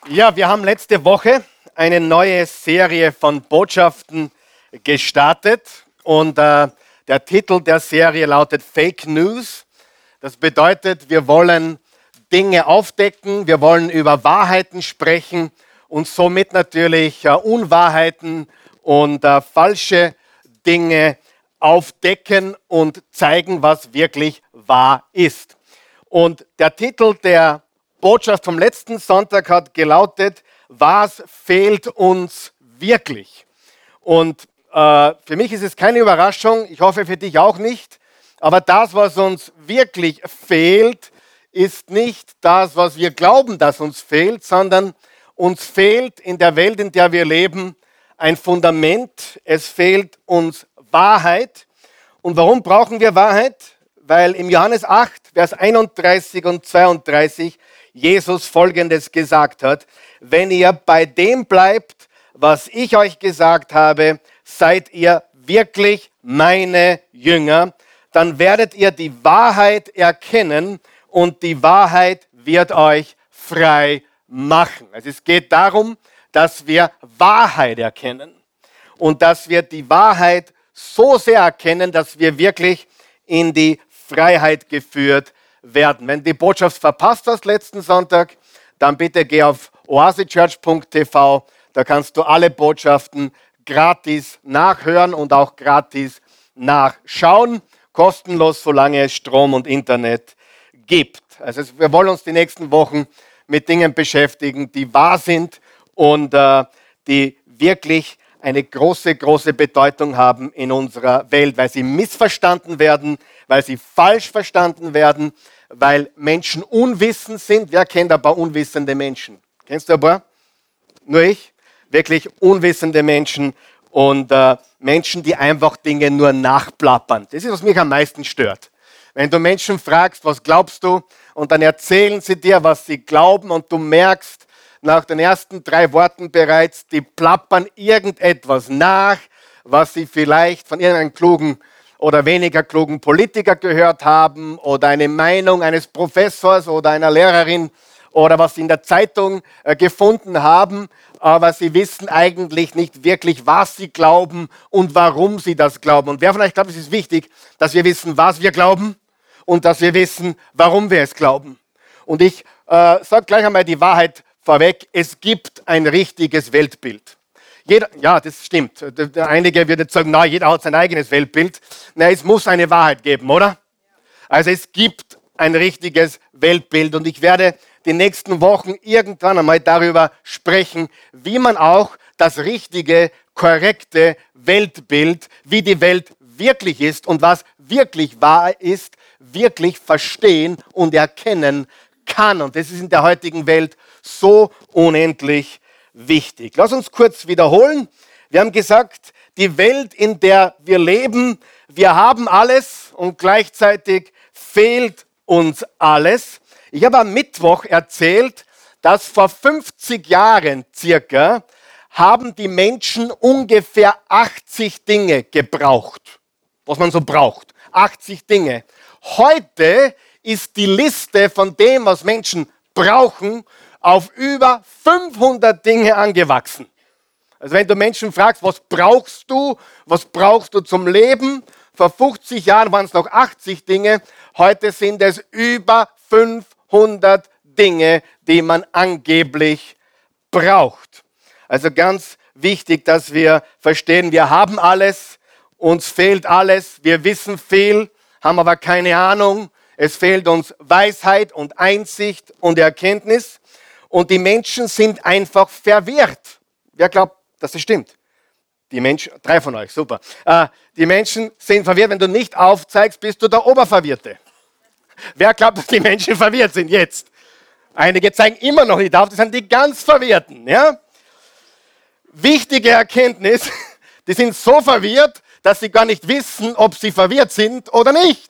Ja, wir haben letzte Woche eine neue Serie von Botschaften gestartet und der Titel der Serie lautet Fake News. Das bedeutet, wir wollen Dinge aufdecken, wir wollen über Wahrheiten sprechen und somit natürlich Unwahrheiten und falsche Dinge aufdecken und zeigen, was wirklich wahr ist. Und der Titel der Botschaft vom letzten Sonntag hat gelautet, was fehlt uns wirklich? Und für mich ist es keine Überraschung, ich hoffe für dich auch nicht, aber das, was uns wirklich fehlt, ist nicht das, was wir glauben, dass uns fehlt, sondern uns fehlt in der Welt, in der wir leben, ein Fundament. Es fehlt uns Wahrheit. Und warum brauchen wir Wahrheit? Weil im Johannes 8, Vers 31 und 32 Jesus Folgendes gesagt hat: Wenn ihr bei dem bleibt, was ich euch gesagt habe, seid ihr wirklich meine Jünger, dann werdet ihr die Wahrheit erkennen und die Wahrheit wird euch frei machen. Also es geht darum, dass wir Wahrheit erkennen und dass wir die Wahrheit so sehr erkennen, dass wir wirklich in die Freiheit geführt werden. Wenn du die Botschaft verpasst hast letzten Sonntag, dann bitte geh auf oasechurch.tv, da kannst du alle Botschaften gratis nachhören und auch gratis nachschauen, kostenlos, solange es Strom und Internet gibt. Also wir wollen uns die nächsten Wochen mit Dingen beschäftigen, die wahr sind und die wirklich eine große, große Bedeutung haben in unserer Welt, weil sie missverstanden werden, weil sie falsch verstanden werden, weil Menschen unwissend sind. Wer kennt ein paar unwissende Menschen? Kennst du ein paar? Nur ich? Wirklich unwissende Menschen und Menschen, die einfach Dinge nur nachplappern. Das ist, was mich am meisten stört. Wenn du Menschen fragst, was glaubst du? Und dann erzählen sie dir, was sie glauben und du merkst, nach den ersten 3 Worten bereits, die plappern irgendetwas nach, was sie vielleicht von irgendeinem klugen oder weniger klugen Politiker gehört haben oder eine Meinung eines Professors oder einer Lehrerin oder was sie in der Zeitung gefunden haben, aber sie wissen eigentlich nicht wirklich, was sie glauben und warum sie das glauben. Und wer von euch glaubt, es ist wichtig, dass wir wissen, was wir glauben und dass wir wissen, warum wir es glauben. Und ich sage gleich einmal die Wahrheit vorweg, es gibt ein richtiges Weltbild. Ja, das stimmt. Einige würden sagen, na, jeder hat sein eigenes Weltbild. Na, es muss eine Wahrheit geben, oder? Also es gibt ein richtiges Weltbild und ich werde die nächsten Wochen irgendwann einmal darüber sprechen, wie man auch das richtige, korrekte Weltbild, wie die Welt wirklich ist und was wirklich wahr ist, wirklich verstehen und erkennen kann. Und das ist in der heutigen Welt so unendlich wichtig. Lass uns kurz wiederholen. Wir haben gesagt, die Welt, in der wir leben, wir haben alles und gleichzeitig fehlt uns alles. Ich habe am Mittwoch erzählt, dass vor 50 Jahren circa haben die Menschen ungefähr 80 Dinge gebraucht, was man so braucht. 80 Dinge. Heute ist die Liste von dem, was Menschen brauchen, auf über 500 Dinge angewachsen. Also wenn du Menschen fragst, was brauchst du zum Leben? Vor 50 Jahren waren es noch 80 Dinge, heute sind es über 500 Dinge, die man angeblich braucht. Also ganz wichtig, dass wir verstehen, wir haben alles, uns fehlt alles, wir wissen viel, haben aber keine Ahnung. Es fehlt uns Weisheit und Einsicht und Erkenntnis. Und die Menschen sind einfach verwirrt. Wer glaubt, dass das stimmt? Die Menschen, 3 von euch, super. Die Menschen sind verwirrt. Wenn du nicht aufzeigst, bist du der Oberverwirrte. Wer glaubt, dass die Menschen verwirrt sind jetzt? Einige zeigen immer noch nicht auf, das sind die ganz Verwirrten. Ja? Wichtige Erkenntnis, die sind so verwirrt, dass sie gar nicht wissen, ob sie verwirrt sind oder nicht.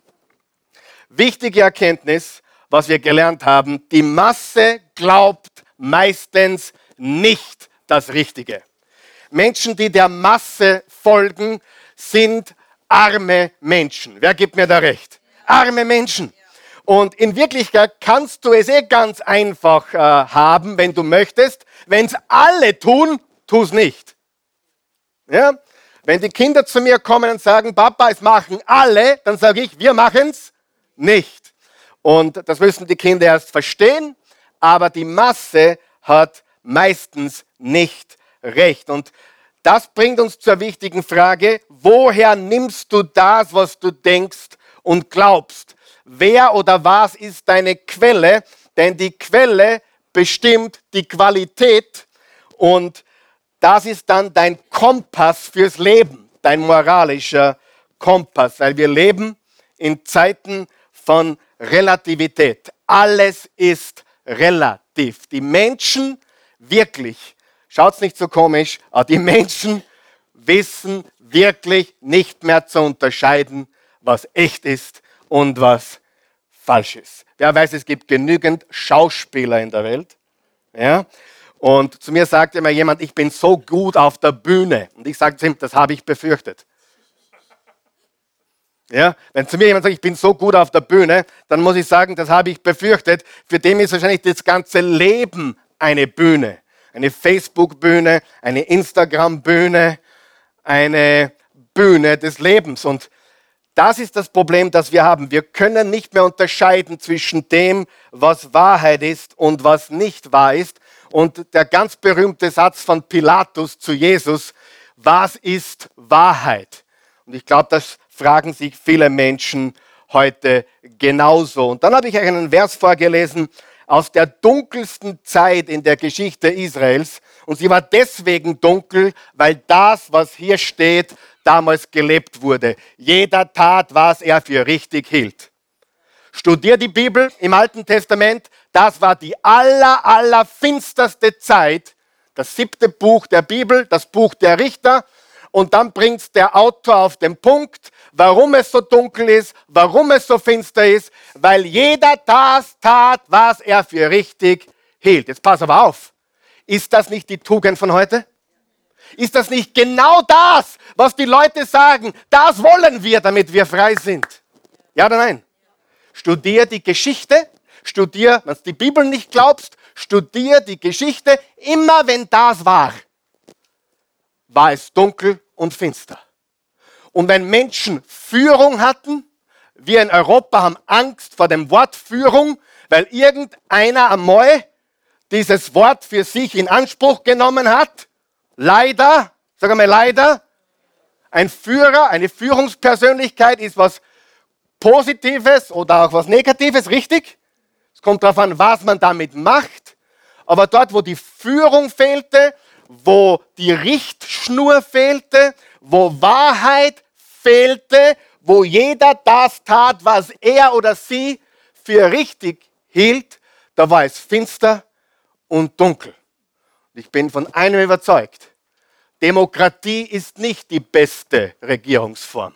Wichtige Erkenntnis, was wir gelernt haben, die Masse glaubt meistens nicht das Richtige. Menschen, die der Masse folgen, sind arme Menschen. Wer gibt mir da recht? Arme Menschen. Und in Wirklichkeit kannst du es ganz einfach haben, wenn du möchtest. Wenn es alle tun, tu es nicht. Ja? Wenn die Kinder zu mir kommen und sagen, Papa, es machen alle, dann sage ich, wir machen es nicht. Und das müssen die Kinder erst verstehen, aber die Masse hat meistens nicht recht. Und das bringt uns zur wichtigen Frage, woher nimmst du das, was du denkst und glaubst? Wer oder was ist deine Quelle? Denn die Quelle bestimmt die Qualität und das ist dann dein Kompass fürs Leben, dein moralischer Kompass, weil wir leben in Zeiten von Relativität. Alles ist relativ. Die Menschen wirklich, schaut's nicht so komisch, aber die Menschen wissen wirklich nicht mehr zu unterscheiden, was echt ist und was falsch ist. Wer weiß, es gibt genügend Schauspieler in der Welt. Ja? Und zu mir sagt immer jemand, ich bin so gut auf der Bühne. Und ich sage zu ihm, das habe ich befürchtet. Ja? Wenn zu mir jemand sagt, ich bin so gut auf der Bühne, dann muss ich sagen, das habe ich befürchtet. Für den ist wahrscheinlich das ganze Leben eine Bühne. Eine Facebook-Bühne, eine Instagram-Bühne, eine Bühne des Lebens. Und das ist das Problem, das wir haben. Wir können nicht mehr unterscheiden zwischen dem, was Wahrheit ist und was nicht wahr ist. Und der ganz berühmte Satz von Pilatus zu Jesus, was ist Wahrheit? Und ich glaube, das fragen sich viele Menschen heute genauso. Und dann habe ich euch einen Vers vorgelesen aus der dunkelsten Zeit in der Geschichte Israels. Und sie war deswegen dunkel, weil das, was hier steht, damals gelebt wurde. Jeder tat, was er für richtig hielt. Studier die Bibel im Alten Testament. Das war die allerfinsterste Zeit. Das 7. Buch der Bibel, das Buch der Richter. Und dann bringt der Autor auf den Punkt, warum es so dunkel ist, warum es so finster ist, weil jeder das tat, was er für richtig hielt. Jetzt pass aber auf. Ist das nicht die Tugend von heute? Ist das nicht genau das, was die Leute sagen? Das wollen wir, damit wir frei sind. Ja oder nein? Studier die Geschichte, studier, wenn du die Bibel nicht glaubst, studier die Geschichte. Immer wenn das war es dunkel und finster. Und wenn Menschen Führung hatten, wir in Europa haben Angst vor dem Wort Führung, weil irgendeiner einmal dieses Wort für sich in Anspruch genommen hat. Leider, sag einmal leider, ein Führer, eine Führungspersönlichkeit ist was Positives oder auch was Negatives, richtig? Es kommt darauf an, was man damit macht. Aber dort, wo die Führung fehlte, wo die Richtschnur fehlte, wo Wahrheit fehlte, wo jeder das tat, was er oder sie für richtig hielt, da war es finster und dunkel. Ich bin von einem überzeugt, Demokratie ist nicht die beste Regierungsform.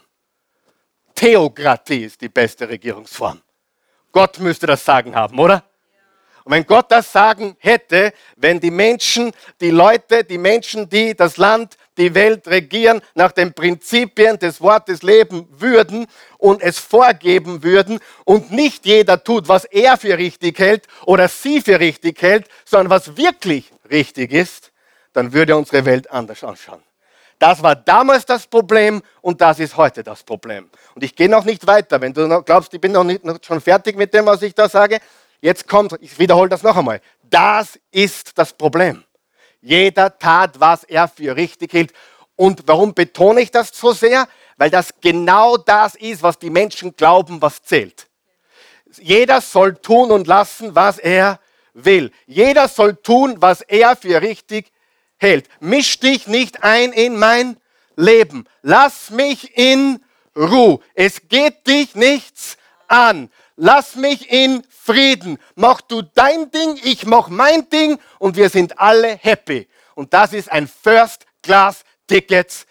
Theokratie ist die beste Regierungsform. Gott müsste das Sagen haben, oder? Und wenn Gott das Sagen hätte, wenn die Menschen, die Leute, die Menschen, die das Land, die Welt regieren, nach den Prinzipien des Wortes leben würden und es vorgeben würden und nicht jeder tut, was er für richtig hält oder sie für richtig hält, sondern was wirklich richtig ist, dann würde unsere Welt anders ausschauen. Das war damals das Problem und das ist heute das Problem. Und ich gehe noch nicht weiter. Wenn du noch glaubst, ich bin noch schon fertig mit dem, was ich da sage, jetzt kommt, ich wiederhole das noch einmal. Das ist das Problem. Jeder tat, was er für richtig hielt. Und warum betone ich das so sehr? Weil das genau das ist, was die Menschen glauben, was zählt. Jeder soll tun und lassen, was er will. Jeder soll tun, was er für richtig hält. Misch dich nicht ein in mein Leben. Lass mich in Ruhe. Es geht dich nichts an. Lass mich in Frieden. Mach du dein Ding, ich mach mein Ding und wir sind alle happy. Und das ist ein First-Class-Ticket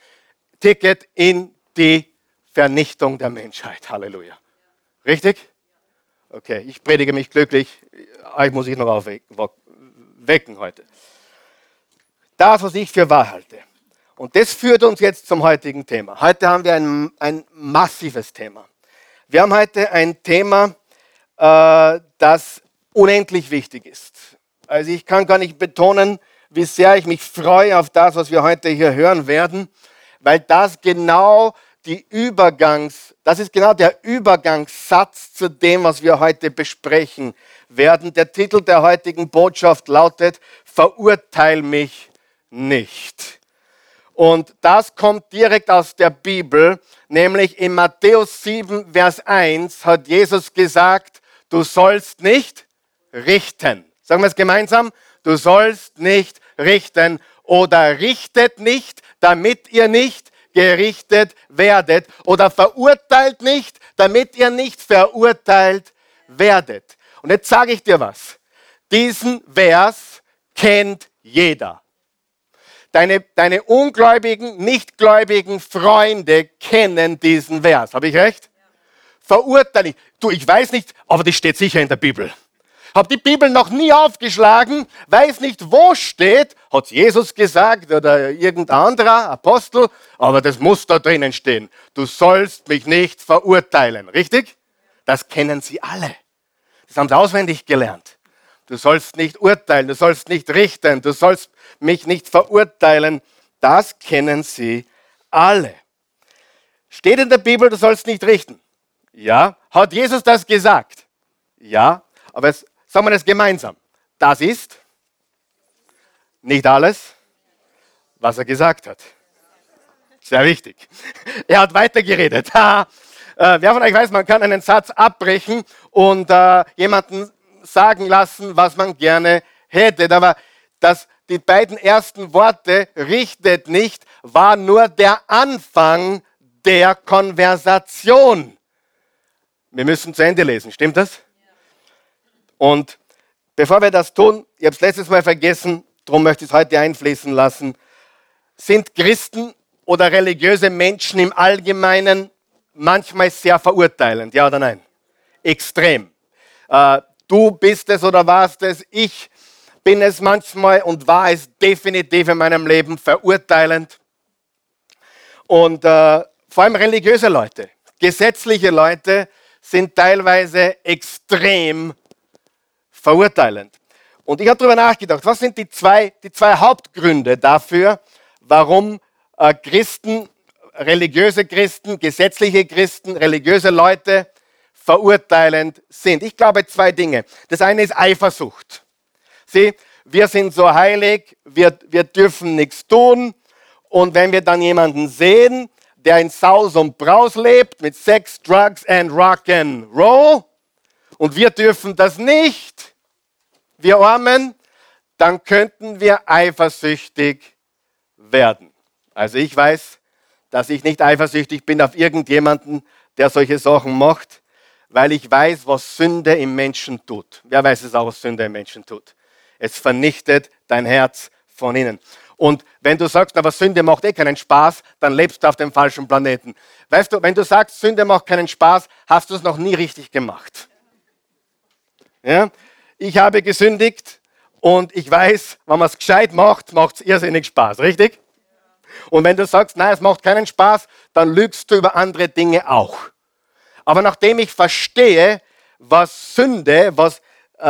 in die Vernichtung der Menschheit. Halleluja. Richtig? Okay, ich predige mich glücklich. Euch muss ich noch aufwecken heute. Das, was ich für wahr halte. Und das führt uns jetzt zum heutigen Thema. Heute haben wir ein massives Thema. Wir haben heute ein Thema, das unendlich wichtig ist. Also ich kann gar nicht betonen, wie sehr ich mich freue auf das, was wir heute hier hören werden, weil das ist genau der Übergangssatz zu dem, was wir heute besprechen werden. Der Titel der heutigen Botschaft lautet: Verurteil mich nicht. Und das kommt direkt aus der Bibel, nämlich in Matthäus 7, Vers 1 hat Jesus gesagt, du sollst nicht richten. Sagen wir es gemeinsam, du sollst nicht richten oder richtet nicht, damit ihr nicht gerichtet werdet, oder verurteilt nicht, damit ihr nicht verurteilt werdet. Und jetzt sage ich dir was, diesen Vers kennt jeder. Deine ungläubigen, nichtgläubigen Freunde kennen diesen Vers. Habe ich recht? Ja. Verurteile nicht. Du, ich weiß nicht, aber das steht sicher in der Bibel. Habe die Bibel noch nie aufgeschlagen, weiß nicht, wo steht, hat Jesus gesagt oder irgendein anderer Apostel, aber das muss da drinnen stehen. Du sollst mich nicht verurteilen, richtig? Das kennen sie alle. Das haben sie auswendig gelernt. Du sollst nicht urteilen, du sollst nicht richten, du sollst mich nicht verurteilen. Das kennen sie alle. Steht in der Bibel, du sollst nicht richten. Ja. Hat Jesus das gesagt? Ja. Aber jetzt sagen wir das gemeinsam. Das ist nicht alles, was er gesagt hat. Sehr wichtig. Er hat weitergeredet. Wer von euch weiß, man kann einen Satz abbrechen und jemanden sagen lassen, was man gerne hätte. Aber die beiden ersten Worte, richtet nicht, war nur der Anfang der Konversation. Wir müssen zu Ende lesen, stimmt das? Und bevor wir das tun, ich habe es letztes Mal vergessen, darum möchte ich es heute einfließen lassen, sind Christen oder religiöse Menschen im Allgemeinen manchmal sehr verurteilend, ja oder nein? Extrem. Du bist es oder warst es, ich bin es manchmal und war es definitiv in meinem Leben verurteilend. Und vor allem religiöse Leute, gesetzliche Leute sind teilweise extrem verurteilend. Und ich habe darüber nachgedacht, was sind die zwei Hauptgründe dafür, warum Christen, religiöse Christen, gesetzliche Christen, religiöse Leute verurteilend sind. Ich glaube 2 Dinge. Das eine ist Eifersucht. Sieh, wir sind so heilig, wir dürfen nichts tun. Und wenn wir dann jemanden sehen, der in Saus und Braus lebt, mit Sex, Drugs and Rock'n'Roll, und wir dürfen das nicht, wir Armen, dann könnten wir eifersüchtig werden. Also ich weiß, dass ich nicht eifersüchtig bin auf irgendjemanden, der solche Sachen macht, weil ich weiß, was Sünde im Menschen tut. Wer weiß es auch, was Sünde im Menschen tut? Es vernichtet dein Herz von innen. Und wenn du sagst, aber Sünde macht keinen Spaß, dann lebst du auf dem falschen Planeten. Weißt du, wenn du sagst, Sünde macht keinen Spaß, hast du es noch nie richtig gemacht. Ja? Ich habe gesündigt und ich weiß, wenn man es gescheit macht, macht es irrsinnig Spaß, richtig? Und wenn du sagst, nein, es macht keinen Spaß, dann lügst du über andere Dinge auch. Aber nachdem ich verstehe, was Sünde, was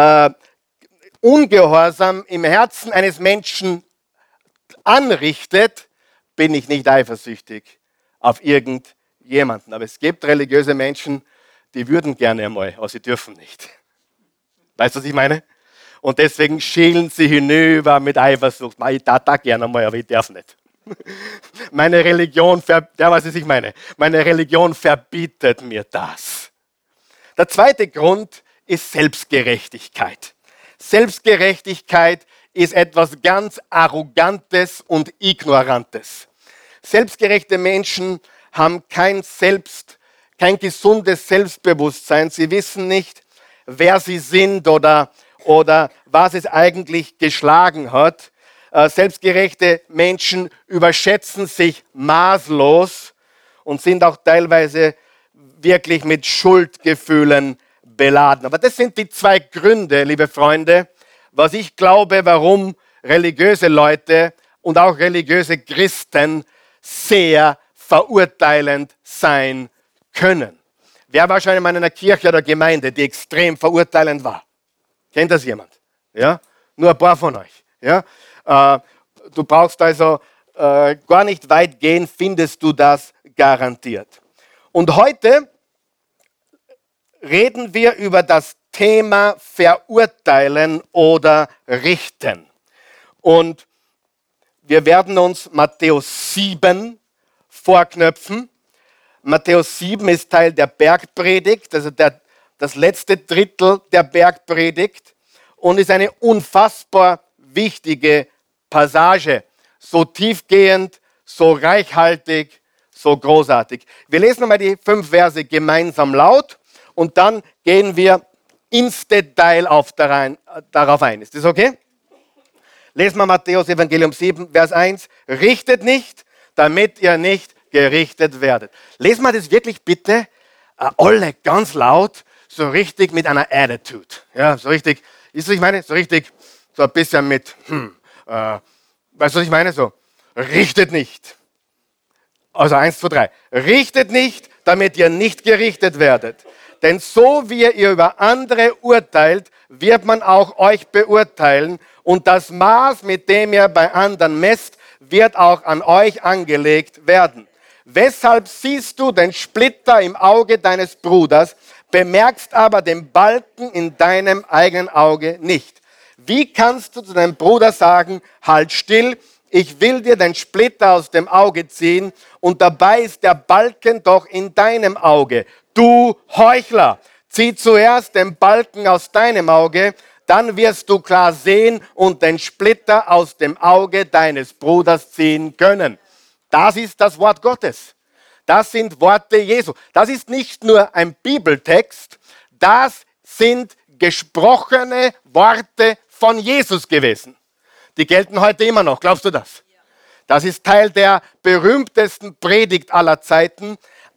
Ungehorsam im Herzen eines Menschen anrichtet, bin ich nicht eifersüchtig auf irgendjemanden. Aber es gibt religiöse Menschen, die würden gerne einmal, aber sie dürfen nicht. Weißt du, was ich meine? Und deswegen schielen sie hinüber mit Eifersucht. Ich darf da gerne einmal, aber ich darf nicht. Meine Religion, was ich meine. Meine Religion verbietet mir das. Der zweite Grund ist Selbstgerechtigkeit. Selbstgerechtigkeit ist etwas ganz Arrogantes und Ignorantes. Selbstgerechte Menschen haben kein gesundes Selbstbewusstsein. Sie wissen nicht, wer sie sind oder was es eigentlich geschlagen hat. Selbstgerechte Menschen überschätzen sich maßlos und sind auch teilweise wirklich mit Schuldgefühlen beladen. Aber das sind die 2 Gründe, liebe Freunde, was ich glaube, warum religiöse Leute und auch religiöse Christen sehr verurteilend sein können. Wer war schon in einer Kirche oder Gemeinde, die extrem verurteilend war? Kennt das jemand? Ja? Nur ein paar von euch. Ja? Du brauchst also gar nicht weit gehen, findest du das garantiert. Und heute reden wir über das Thema Verurteilen oder Richten. Und wir werden uns Matthäus 7 vorknöpfen. Matthäus 7 ist Teil der Bergpredigt, also das letzte Drittel der Bergpredigt und ist eine unfassbar wichtige Passage. So tiefgehend, so reichhaltig, so großartig. Wir lesen einmal die 5 Verse gemeinsam laut und dann gehen wir ins Detail darauf ein. Ist das okay? Lesen wir Matthäus Evangelium 7, Vers 1. Richtet nicht, damit ihr nicht gerichtet werdet. Lesen wir das wirklich bitte alle ganz laut, so richtig mit einer Attitude. Ja, so richtig, ist was ich meine? So richtig, so ein bisschen mit, weißt du, was ich meine? So, richtet nicht. Also 1, 2, 3. Richtet nicht, damit ihr nicht gerichtet werdet. Denn so wie ihr über andere urteilt, wird man auch euch beurteilen. Und das Maß, mit dem ihr bei anderen messt, wird auch an euch angelegt werden. Weshalb siehst du den Splitter im Auge deines Bruders, bemerkst aber den Balken in deinem eigenen Auge nicht? Wie kannst du zu deinem Bruder sagen, halt still, ich will dir den Splitter aus dem Auge ziehen und dabei ist der Balken doch in deinem Auge. Du Heuchler, zieh zuerst den Balken aus deinem Auge, dann wirst du klar sehen und den Splitter aus dem Auge deines Bruders ziehen können. Das ist das Wort Gottes. Das sind Worte Jesu. Das ist nicht nur ein Bibeltext, das sind gesprochene Worte von Jesus gewesen. Die gelten heute immer noch. Glaubst du das? Das ist Teil der berühmtesten Predigt aller Zeiten,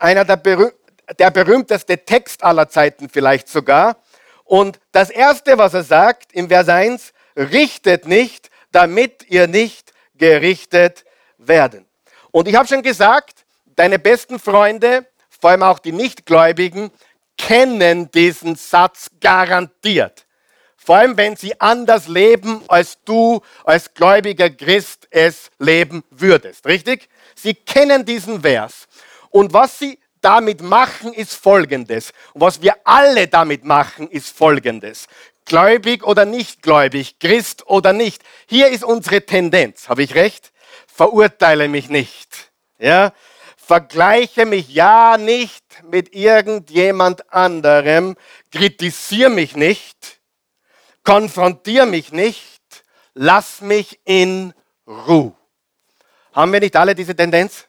der berühmteste Text aller Zeiten vielleicht sogar. Und das Erste, was er sagt im Vers 1, richtet nicht, damit ihr nicht gerichtet werdet. Und ich habe schon gesagt, deine besten Freunde, vor allem auch die Nichtgläubigen, kennen diesen Satz garantiert. Vor allem, wenn sie anders leben, als du als gläubiger Christ es leben würdest. Richtig? Sie kennen diesen Vers. Und was sie damit machen, ist Folgendes. Und was wir alle damit machen, ist Folgendes. Gläubig oder nicht gläubig, Christ oder nicht. Hier ist unsere Tendenz. Habe ich recht? Verurteile mich nicht. Ja? Vergleiche mich ja nicht mit irgendjemand anderem. Kritisiere mich nicht. Konfrontiere mich nicht. Lass mich in Ruhe. Haben wir nicht alle diese Tendenz?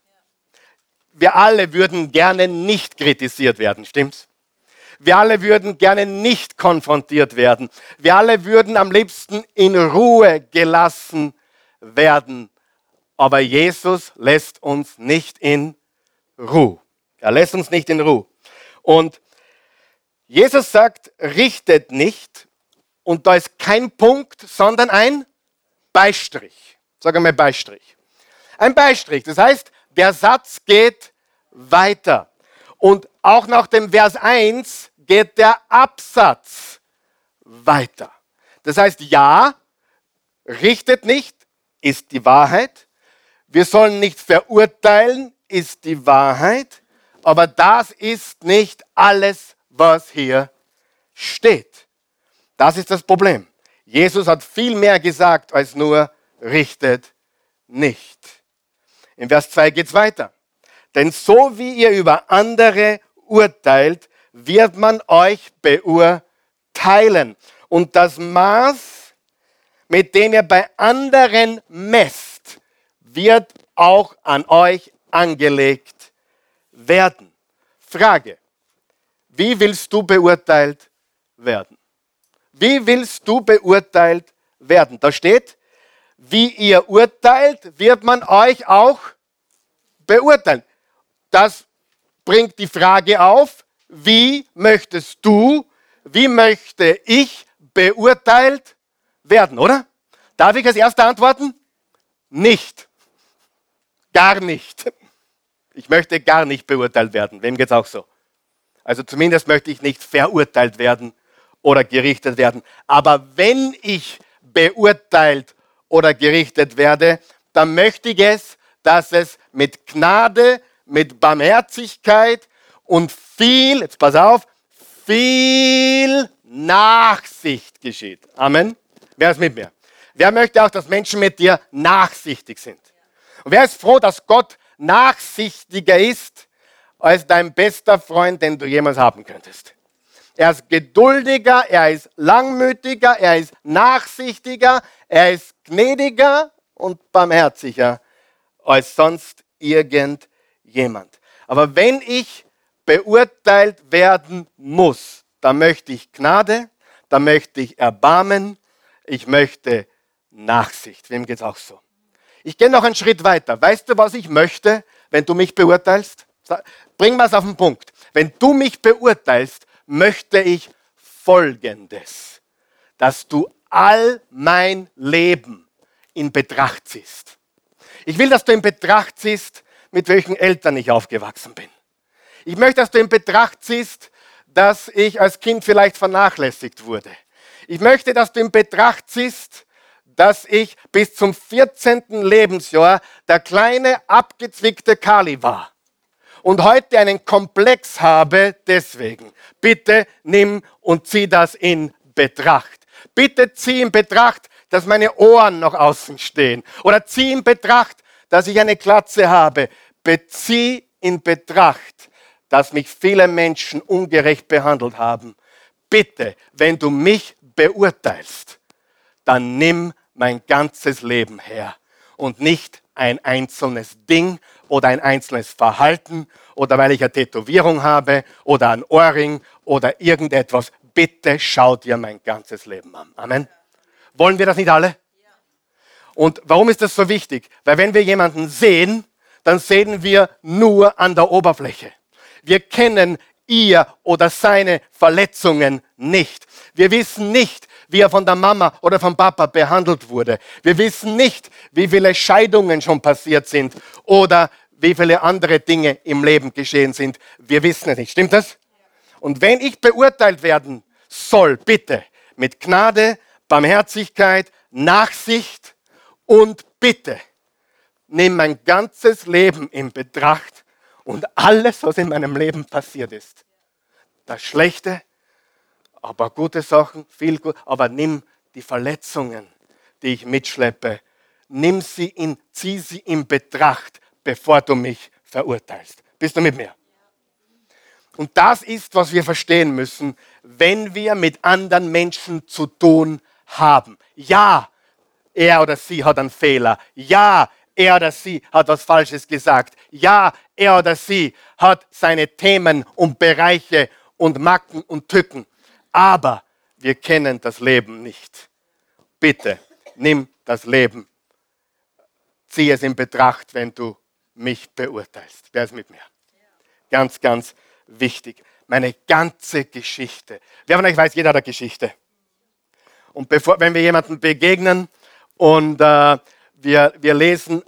Wir alle würden gerne nicht kritisiert werden, stimmt's? Wir alle würden gerne nicht konfrontiert werden. Wir alle würden am liebsten in Ruhe gelassen werden. Aber Jesus lässt uns nicht in Ruhe. Er lässt uns nicht in Ruhe. Und Jesus sagt, richtet nicht. Und da ist kein Punkt, sondern ein Beistrich. Sag einmal Beistrich. Ein Beistrich. Das heißt, der Satz geht weiter. Und auch nach dem Vers 1 geht der Absatz weiter. Das heißt, ja, richtet nicht, ist die Wahrheit. Wir sollen nicht verurteilen, ist die Wahrheit. Aber das ist nicht alles, was hier steht. Das ist das Problem. Jesus hat viel mehr gesagt als nur richtet nicht. In Vers 2 geht es weiter. Denn so wie ihr über andere urteilt, wird man euch beurteilen. Und das Maß, mit dem ihr bei anderen messt, wird auch an euch angelegt werden. Frage, wie willst du beurteilt werden? Wie willst du beurteilt werden? Da steht, wie ihr urteilt, wird man euch auch beurteilen. Das bringt die Frage auf, wie möchtest du, wie möchte ich beurteilt werden, oder? Darf ich als Erster antworten? Nicht. Gar nicht. Ich möchte gar nicht beurteilt werden. Wem geht es auch so? Also zumindest möchte ich nicht verurteilt werden oder gerichtet werden. Aber wenn ich beurteilt oder gerichtet werde, dann möchte ich es, dass es mit Gnade, mit Barmherzigkeit und viel, jetzt pass auf, viel Nachsicht geschieht. Amen. Wer ist mit mir? Wer möchte auch, dass Menschen mit dir nachsichtig sind? Und wer ist froh, dass Gott nachsichtiger ist als dein bester Freund, den du jemals haben könntest? Er ist geduldiger, er ist langmütiger, er ist nachsichtiger, er ist gnädiger und barmherziger als sonst irgendjemand. Aber wenn ich beurteilt werden muss, dann möchte ich Gnade, dann möchte ich Erbarmen, ich möchte Nachsicht. Wem geht es auch so? Ich gehe noch einen Schritt weiter. Weißt du, was ich möchte, wenn du mich beurteilst? Bring mal es auf den Punkt. Wenn du mich beurteilst, möchte ich Folgendes, dass du all mein Leben in Betracht ziehst. Ich will, dass du in Betracht ziehst, mit welchen Eltern ich aufgewachsen bin. Ich möchte, dass du in Betracht ziehst, dass ich als Kind vielleicht vernachlässigt wurde. Ich möchte, dass du in Betracht ziehst, dass ich bis zum 14. Lebensjahr der kleine, abgezwickte Kali war. Und heute einen Komplex habe deswegen. Bitte nimm und zieh das in Betracht. Bitte zieh in Betracht, dass meine Ohren noch außen stehen. Oder zieh in Betracht, dass ich eine Glatze habe. Bezieh in Betracht, dass mich viele Menschen ungerecht behandelt haben. Bitte, wenn du mich beurteilst, dann nimm mein ganzes Leben her und nicht ein einzelnes Ding oder ein einzelnes Verhalten oder weil ich eine Tätowierung habe oder ein Ohrring oder irgendetwas. Bitte schau dir mein ganzes Leben an. Amen. Wollen wir das nicht alle? Und warum ist das so wichtig? Weil wenn wir jemanden sehen, dann sehen wir nur an der Oberfläche. Wir kennen ihr oder seine Verletzungen nicht. Wir wissen nicht, wie er von der Mama oder vom Papa behandelt wurde. Wir wissen nicht, wie viele Scheidungen schon passiert sind oder wie viele andere Dinge im Leben geschehen sind. Wir wissen es nicht. Stimmt das? Und wenn ich beurteilt werden soll, bitte mit Gnade, Barmherzigkeit, Nachsicht und bitte nimm mein ganzes Leben in Betracht und alles, was in meinem Leben passiert ist. Das Schlechte, aber gute Sachen, viel gut, aber nimm die Verletzungen, die ich mitschleppe, zieh sie in Betracht, bevor du mich verurteilst. Bist du mit mir? Und das ist, was wir verstehen müssen, wenn wir mit anderen Menschen zu tun haben. Ja, er oder sie hat einen Fehler. Ja, er oder sie hat was Falsches gesagt. Ja, er oder sie hat seine Themen und Bereiche und Macken und Tücken. Aber wir kennen das Leben nicht. Bitte, nimm das Leben. Zieh es in Betracht, wenn du mich beurteilst. Wer ist mit mir? Ganz, ganz wichtig. Meine ganze Geschichte. Wer von euch weiß, jeder hat eine Geschichte. Und wenn wir jemandem begegnen und wir lesen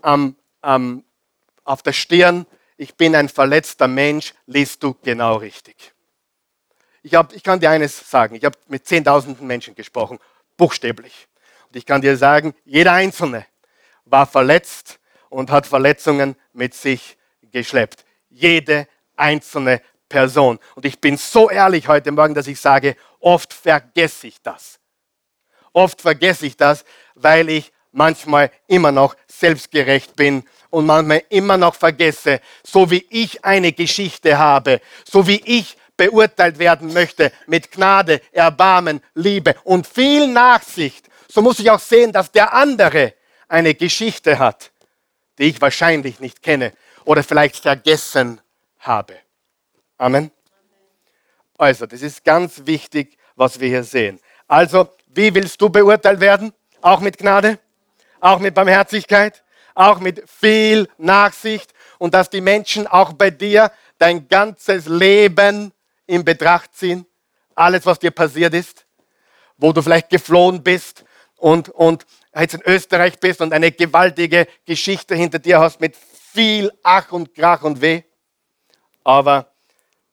auf der Stirn, ich bin ein verletzter Mensch, liest du genau richtig. Ich kann dir eines sagen, ich habe mit 10.000 Menschen gesprochen, buchstäblich. Und ich kann dir sagen, jeder Einzelne war verletzt und hat Verletzungen mit sich geschleppt. Jede einzelne Person. Und ich bin so ehrlich heute Morgen, dass ich sage, oft vergesse ich das. Oft vergesse ich das, weil ich manchmal immer noch selbstgerecht bin und manchmal immer noch vergesse, so wie ich eine Geschichte habe, so wie ich beurteilt werden möchte mit Gnade, Erbarmen, Liebe und viel Nachsicht, so muss ich auch sehen, dass der andere eine Geschichte hat, die ich wahrscheinlich nicht kenne oder vielleicht vergessen habe. Amen. Also, das ist ganz wichtig, was wir hier sehen. Also, wie willst du beurteilt werden? Auch mit Gnade? Auch mit Barmherzigkeit? Auch mit viel Nachsicht? Und dass die Menschen auch bei dir dein ganzes Leben in Betracht ziehen? Alles, was dir passiert ist? Wo du vielleicht geflohen bist und jetzt in Österreich bist und eine gewaltige Geschichte hinter dir hast mit viel Ach und Krach und Weh. Aber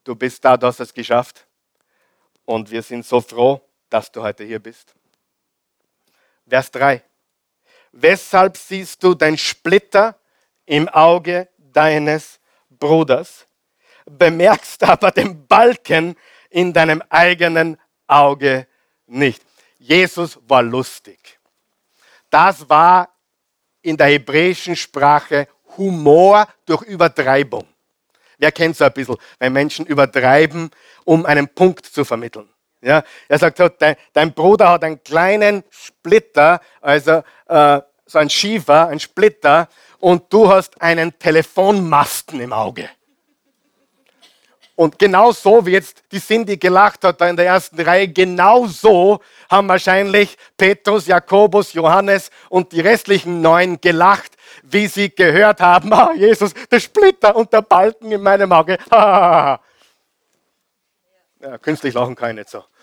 du bist da, du hast es geschafft. Und wir sind so froh, dass du heute hier bist. Vers 3. Weshalb siehst du den Splitter im Auge deines Bruders, bemerkst aber den Balken in deinem eigenen Auge nicht? Jesus war lustig. Das war in der hebräischen Sprache Humor durch Übertreibung. Wer kennt so ein bisschen, wenn Menschen übertreiben, um einen Punkt zu vermitteln? Ja, er sagt, so, dein Bruder hat einen kleinen Splitter, also so ein Schiefer, ein Splitter, und du hast einen Telefonmasten im Auge. Und genau so, wie jetzt die Cindy gelacht hat da in der ersten Reihe, genau so haben wahrscheinlich Petrus, Jakobus, Johannes und die restlichen 9 gelacht, wie sie gehört haben, Jesus, der Splitter und der Balken in meinem Auge. Ja, künstlich lachen kann ich nicht so.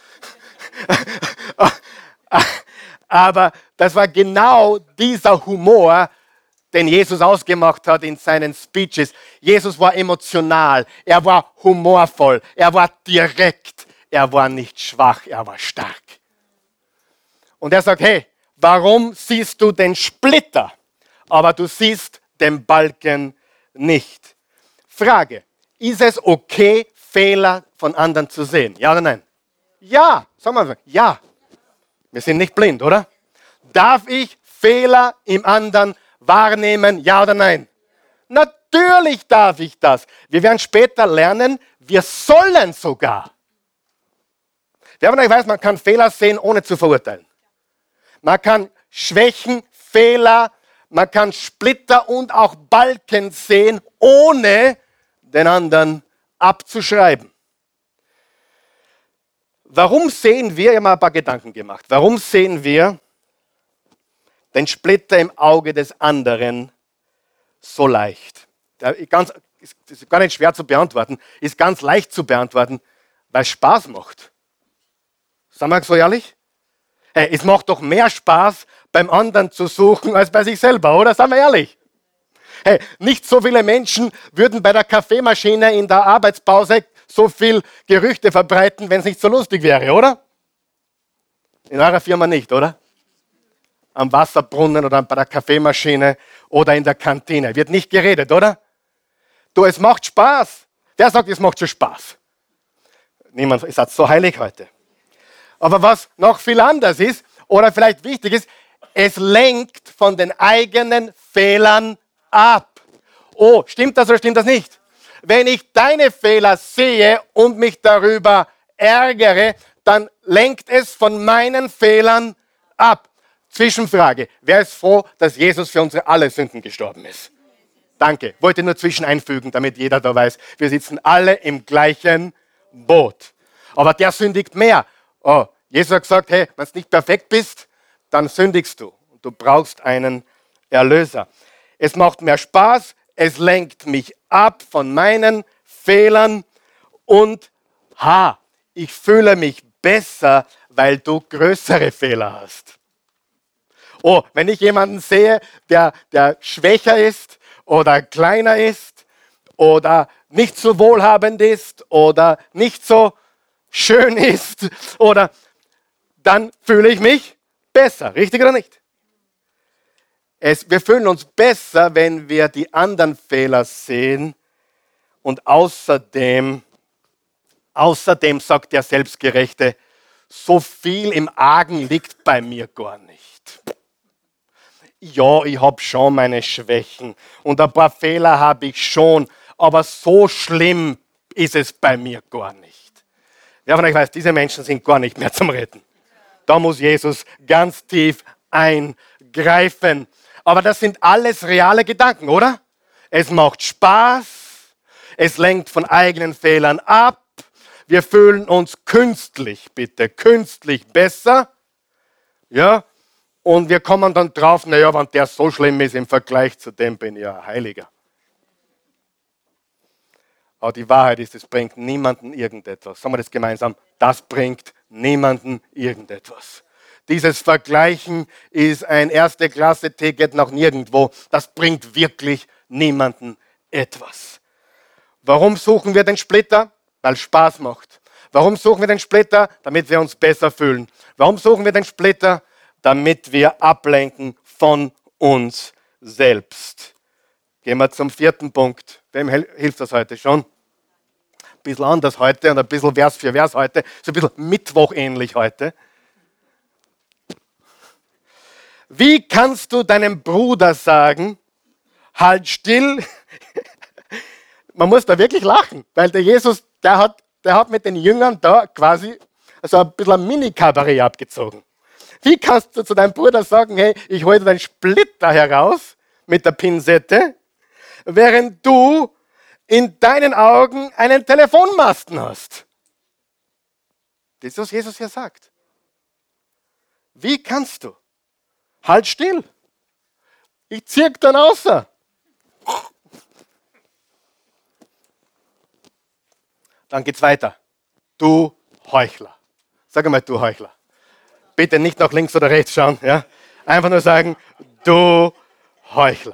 Aber das war genau dieser Humor, den Jesus ausgemacht hat in seinen Speeches. Jesus war emotional, er war humorvoll, er war direkt, er war nicht schwach, er war stark. Und er sagt, hey, warum siehst du den Splitter, aber du siehst den Balken nicht? Frage, ist es okay, Fehler von anderen zu sehen? Ja oder nein? Ja, sagen wir mal, ja. Wir sind nicht blind, oder? Darf ich Fehler im anderen wahrnehmen? Ja oder nein? Natürlich darf ich das. Wir werden später lernen, wir sollen sogar. Wer von euch weiß, man kann Fehler sehen, ohne zu verurteilen. Man kann Schwächen, Fehler, man kann Splitter und auch Balken sehen, ohne den anderen abzuschreiben. Warum sehen wir, ich habe mal ein paar Gedanken gemacht, warum sehen wir den Splitter im Auge des anderen so leicht? Das ist gar nicht schwer zu beantworten, ist ganz leicht zu beantworten, weil es Spaß macht. Sagen wir so ehrlich? Hey, es macht doch mehr Spaß, beim anderen zu suchen, als bei sich selber, oder? Sagen wir ehrlich. Hey, nicht so viele Menschen würden bei der Kaffeemaschine in der Arbeitspause so viel Gerüchte verbreiten, wenn es nicht so lustig wäre, oder? In eurer Firma nicht, oder? Am Wasserbrunnen oder bei der Kaffeemaschine oder in der Kantine. Wird nicht geredet, oder? Du, es macht Spaß. Wer sagt, es macht schon Spaß? Niemand, ihr seid so heilig heute. Aber was noch viel anders ist, oder vielleicht wichtig ist, es lenkt von den eigenen Fehlern ab. Oh, stimmt das oder stimmt das nicht? Wenn ich deine Fehler sehe und mich darüber ärgere, dann lenkt es von meinen Fehlern ab. Zwischenfrage. Wer ist froh, dass Jesus für unsere alle Sünden gestorben ist? Danke. Wollte nur zwischen einfügen, damit jeder da weiß, wir sitzen alle im gleichen Boot. Aber der sündigt mehr. Oh, Jesus hat gesagt, hey, wenn du nicht perfekt bist, dann sündigst du. Und du brauchst einen Erlöser. Es macht mehr Spaß, es lenkt mich ab von meinen Fehlern und ich fühle mich besser, weil du größere Fehler hast. Oh, wenn ich jemanden sehe, der schwächer ist oder kleiner ist oder nicht so wohlhabend ist oder nicht so schön ist, dann fühle ich mich besser. Richtig oder nicht? Wir fühlen uns besser, wenn wir die anderen Fehler sehen. Und außerdem sagt der Selbstgerechte, so viel im Argen liegt bei mir gar nicht. Ja, ich habe schon meine Schwächen und ein paar Fehler habe ich schon, aber so schlimm ist es bei mir gar nicht. Wer von euch weiß, diese Menschen sind gar nicht mehr zum Retten. Da muss Jesus ganz tief eingreifen. Aber das sind alles reale Gedanken, oder? Es macht Spaß, es lenkt von eigenen Fehlern ab, wir fühlen uns künstlich besser, ja, und wir kommen dann drauf, naja, wenn der so schlimm ist im Vergleich zu dem, bin ich ja ein Heiliger. Aber die Wahrheit ist, es bringt niemanden irgendetwas. Sagen wir das gemeinsam, das bringt niemanden irgendetwas. Dieses Vergleichen ist ein Erste-Klasse-Ticket nach nirgendwo. Das bringt wirklich niemanden etwas. Warum suchen wir den Splitter? Weil es Spaß macht. Warum suchen wir den Splitter? Damit wir uns besser fühlen. Warum suchen wir den Splitter? Damit wir ablenken von uns selbst. Gehen wir zum 4. Punkt. Wem hilft das heute schon? Ein bisschen anders heute und ein bisschen Vers für Vers heute. So ein bisschen Mittwoch-ähnlich heute. Wie kannst du deinem Bruder sagen, halt still? Man muss da wirklich lachen, weil der Jesus, der hat mit den Jüngern da quasi so ein bisschen ein Mini-Kabarett abgezogen. Wie kannst du zu deinem Bruder sagen, hey, ich hole deinen Splitter heraus mit der Pinzette, während du in deinen Augen einen Telefonmasten hast? Das ist, was Jesus hier sagt. Wie kannst du? Halt still. Ich zieh dann außer. Dann geht's weiter. Du Heuchler. Sag einmal, du Heuchler. Bitte nicht nach links oder rechts schauen. Ja? Einfach nur sagen, du Heuchler.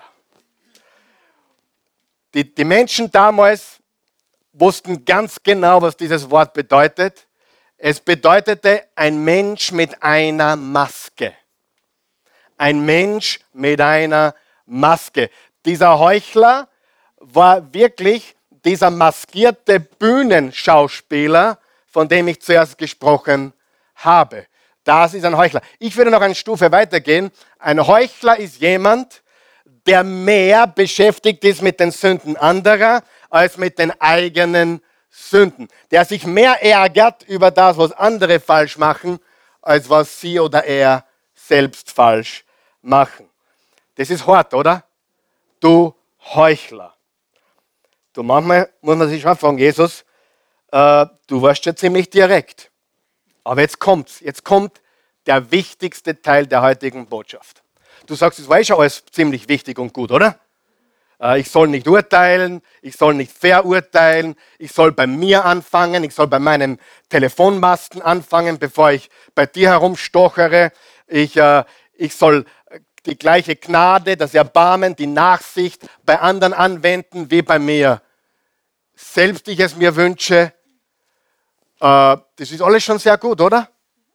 Die Menschen damals wussten ganz genau, was dieses Wort bedeutet. Es bedeutete ein Mensch mit einer Maske. Ein Mensch mit einer Maske. Dieser Heuchler war wirklich dieser maskierte Bühnenschauspieler, von dem ich zuerst gesprochen habe. Das ist ein Heuchler. Ich würde noch eine Stufe weitergehen. Ein Heuchler ist jemand, der mehr beschäftigt ist mit den Sünden anderer als mit den eigenen Sünden. Der sich mehr ärgert über das, was andere falsch machen, als was sie oder er selbst falsch machen. Das ist hart, oder? Du Heuchler. Du, manchmal muss man sich schon fragen, Jesus, du warst ja ziemlich direkt. Aber jetzt kommt's. Jetzt kommt der wichtigste Teil der heutigen Botschaft. Du sagst, es war schon alles ziemlich wichtig und gut, oder? Ich soll nicht urteilen, ich soll nicht verurteilen, ich soll bei mir anfangen, ich soll bei meinem Telefonmasten anfangen, bevor ich bei dir herumstochere. Ich soll die gleiche Gnade, das Erbarmen, die Nachsicht bei anderen anwenden, wie bei mir selbst ich es mir wünsche. Das ist alles schon sehr gut, oder?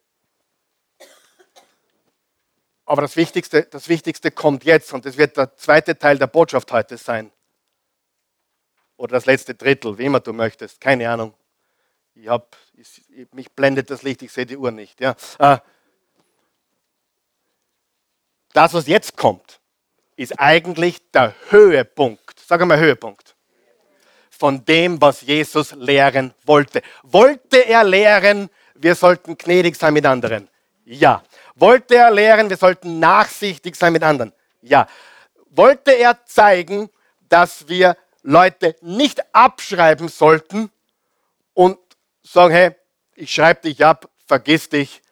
Aber das Wichtigste kommt jetzt und das wird der zweite Teil der Botschaft heute sein. Oder das letzte Drittel, wie immer du möchtest, keine Ahnung. Mich blendet das Licht, ich sehe die Uhr nicht. Ja. Das, was jetzt kommt, ist eigentlich der Höhepunkt. Sag einmal Höhepunkt. Von dem, was Jesus lehren wollte. Wollte er lehren, wir sollten gnädig sein mit anderen? Ja. Wollte er lehren, wir sollten nachsichtig sein mit anderen? Ja. Wollte er zeigen, dass wir Leute nicht abschreiben sollten und sagen, hey, ich schreibe dich ab, vergiss dich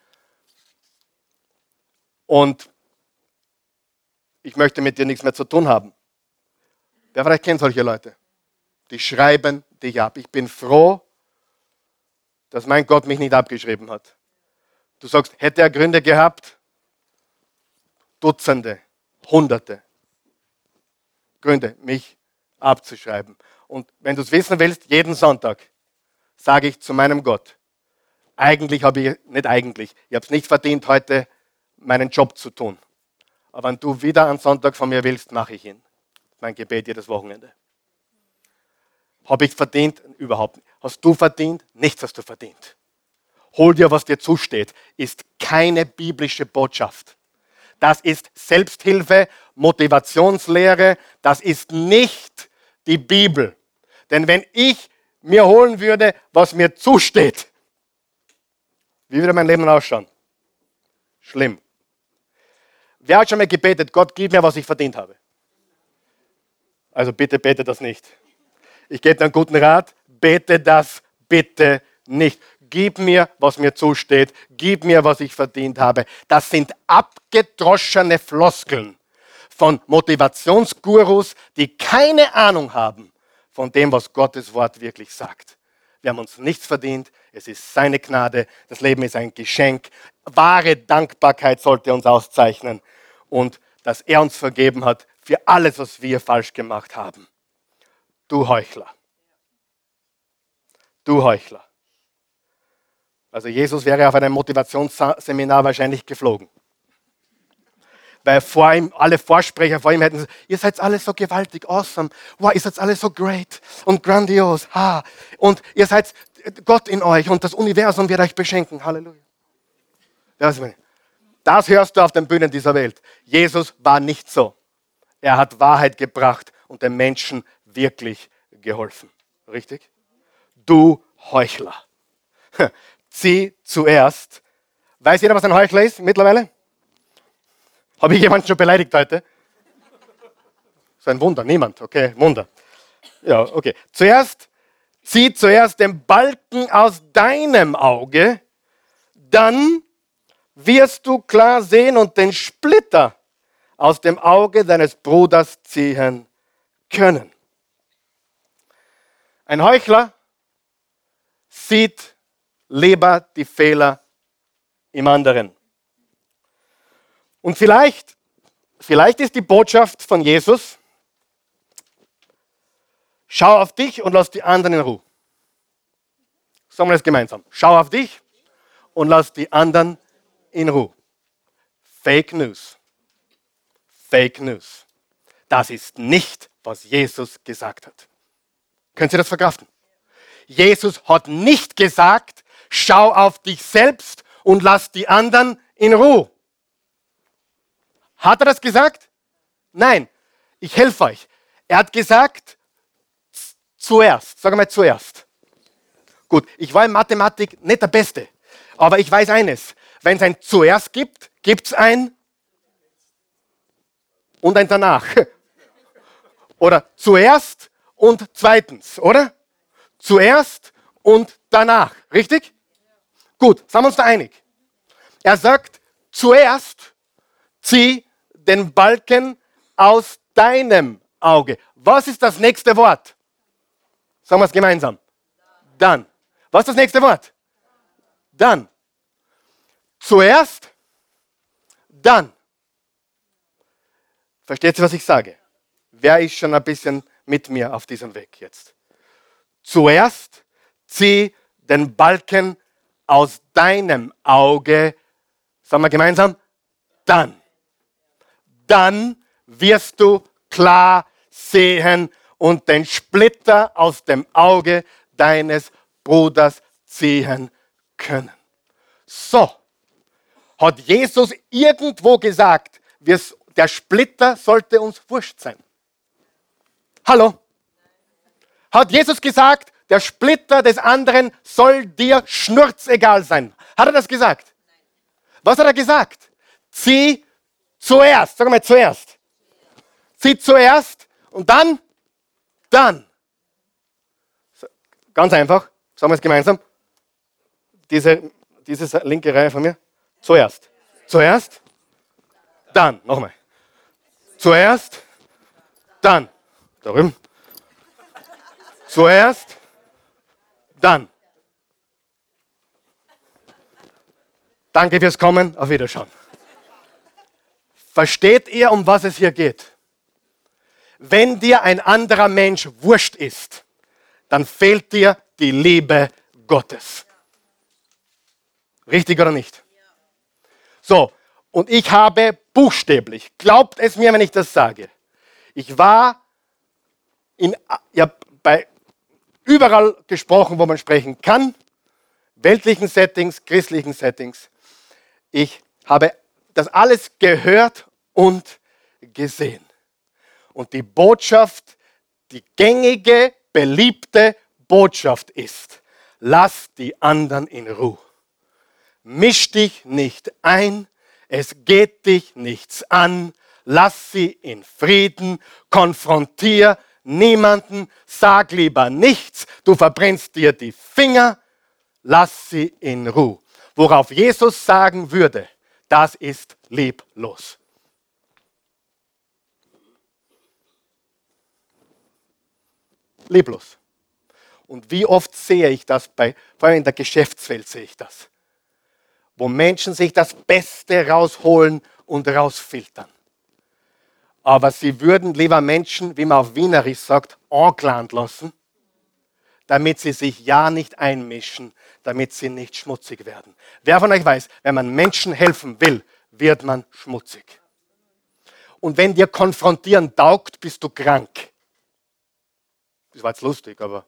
und ich möchte mit dir nichts mehr zu tun haben. Wer vielleicht kennt solche Leute? Die schreiben dich ab. Ich bin froh, dass mein Gott mich nicht abgeschrieben hat. Du sagst, hätte er Gründe gehabt? Dutzende, Hunderte Gründe, mich abzuschreiben. Und wenn du es wissen willst, jeden Sonntag sage ich zu meinem Gott, ich habe es nicht verdient, heute meinen Job zu tun. Aber wenn du wieder einen Sonntag von mir willst, mache ich ihn. Mein Gebet jedes Wochenende. Habe ich verdient? Überhaupt nicht. Hast du verdient? Nichts hast du verdient. Hol dir, was dir zusteht, ist keine biblische Botschaft. Das ist Selbsthilfe, Motivationslehre, das ist nicht die Bibel. Denn wenn ich mir holen würde, was mir zusteht, wie würde mein Leben ausschauen? Schlimm. Wer hat schon mal gebetet, Gott, gib mir, was ich verdient habe? Also bitte bete das nicht. Ich gebe dir einen guten Rat, bete das bitte nicht. Gib mir, was mir zusteht. Gib mir, was ich verdient habe. Das sind abgedroschene Floskeln von Motivationsgurus, die keine Ahnung haben von dem, was Gottes Wort wirklich sagt. Wir haben uns nichts verdient. Es ist seine Gnade. Das Leben ist ein Geschenk. Wahre Dankbarkeit sollte uns auszeichnen. Und dass er uns vergeben hat für alles, was wir falsch gemacht haben. Du Heuchler. du Heuchler. Also Jesus wäre auf einem Motivationsseminar wahrscheinlich geflogen. Weil vor ihm, alle Vorsprecher vor ihm hätten gesagt, ihr seid alle so gewaltig, awesome, wow, ihr seid alle so great und grandios, und ihr seid Gott in euch und das Universum wird euch beschenken, Halleluja. Das hörst du auf den Bühnen dieser Welt. Jesus war nicht so. Er hat Wahrheit gebracht und den Menschen wirklich geholfen. Richtig? Du Heuchler. Zieh zuerst. Weiß jeder, was ein Heuchler ist mittlerweile? Habe ich jemanden schon beleidigt heute? Das ist ein Wunder. Niemand. Okay, Wunder. Ja, okay. Zieh zuerst den Balken aus deinem Auge, dann wirst du klar sehen und den Splitter aus dem Auge deines Bruders ziehen können. Ein Heuchler sieht lieber die Fehler im anderen. Und vielleicht ist die Botschaft von Jesus, schau auf dich und lass die anderen in Ruhe. Sagen wir das gemeinsam. Schau auf dich und lass die anderen in Ruhe. Fake News. Fake News. Das ist nicht, was Jesus gesagt hat. Können Sie das verkraften? Jesus hat nicht gesagt, schau auf dich selbst und lass die anderen in Ruhe. Hat er das gesagt? Nein, ich helfe euch. Er hat gesagt, zuerst. Sag mal zuerst. Gut, ich war in Mathematik nicht der Beste. Aber ich weiß eines. Wenn es ein zuerst gibt, gibt es ein und ein danach. Oder zuerst und zweitens, oder? Zuerst und danach. Richtig? Gut, sind wir uns da einig. Er sagt, zuerst zieh den Balken aus deinem Auge. Was ist das nächste Wort? Sagen wir es gemeinsam. Dann. Was ist das nächste Wort? Dann. Zuerst, dann. Versteht ihr, was ich sage? Wer ist schon ein bisschen mit mir auf diesem Weg jetzt? Zuerst zieh den Balken aus deinem Auge. Sagen wir gemeinsam. Dann. Dann wirst du klar sehen und den Splitter aus dem Auge deines Bruders ziehen können. So, hat Jesus irgendwo gesagt, der Splitter sollte uns wurscht sein? Hallo? Hat Jesus gesagt, der Splitter des anderen soll dir schnurzegal sein? Hat er das gesagt? Was hat er gesagt? Zieh zuerst, sag mal zuerst. Zieh zuerst und dann. Ganz einfach, sagen wir es gemeinsam. Diese linke Reihe von mir. Zuerst. Zuerst, dann. Nochmal. Zuerst, dann. Da drüben. Zuerst, dann. Danke fürs Kommen. Auf Wiederschauen. Versteht ihr, um was es hier geht? Wenn dir ein anderer Mensch wurscht ist, dann fehlt dir die Liebe Gottes. Richtig oder nicht? So, und ich habe buchstäblich, glaubt es mir, wenn ich das sage, ich war bei überall gesprochen, wo man sprechen kann, weltlichen Settings, christlichen Settings. Ich habe das alles gehört und gesehen. Und die Botschaft, die gängige, beliebte Botschaft ist, lass die anderen in Ruhe. Misch dich nicht ein, es geht dich nichts an, lass sie in Frieden, konfrontier niemanden, sag lieber nichts, du verbrennst dir die Finger, lass sie in Ruhe. Worauf Jesus sagen würde, das ist lieblos. Lieblos. Und wie oft sehe ich das, vor allem in der Geschäftswelt sehe ich das, wo Menschen sich das Beste rausholen und rausfiltern. Aber sie würden lieber Menschen, wie man auf Wienerisch sagt, anklagen lassen, damit sie sich ja nicht einmischen, damit sie nicht schmutzig werden. Wer von euch weiß, wenn man Menschen helfen will, wird man schmutzig. Und wenn dir konfrontieren taugt, bist du krank. Das war jetzt lustig, aber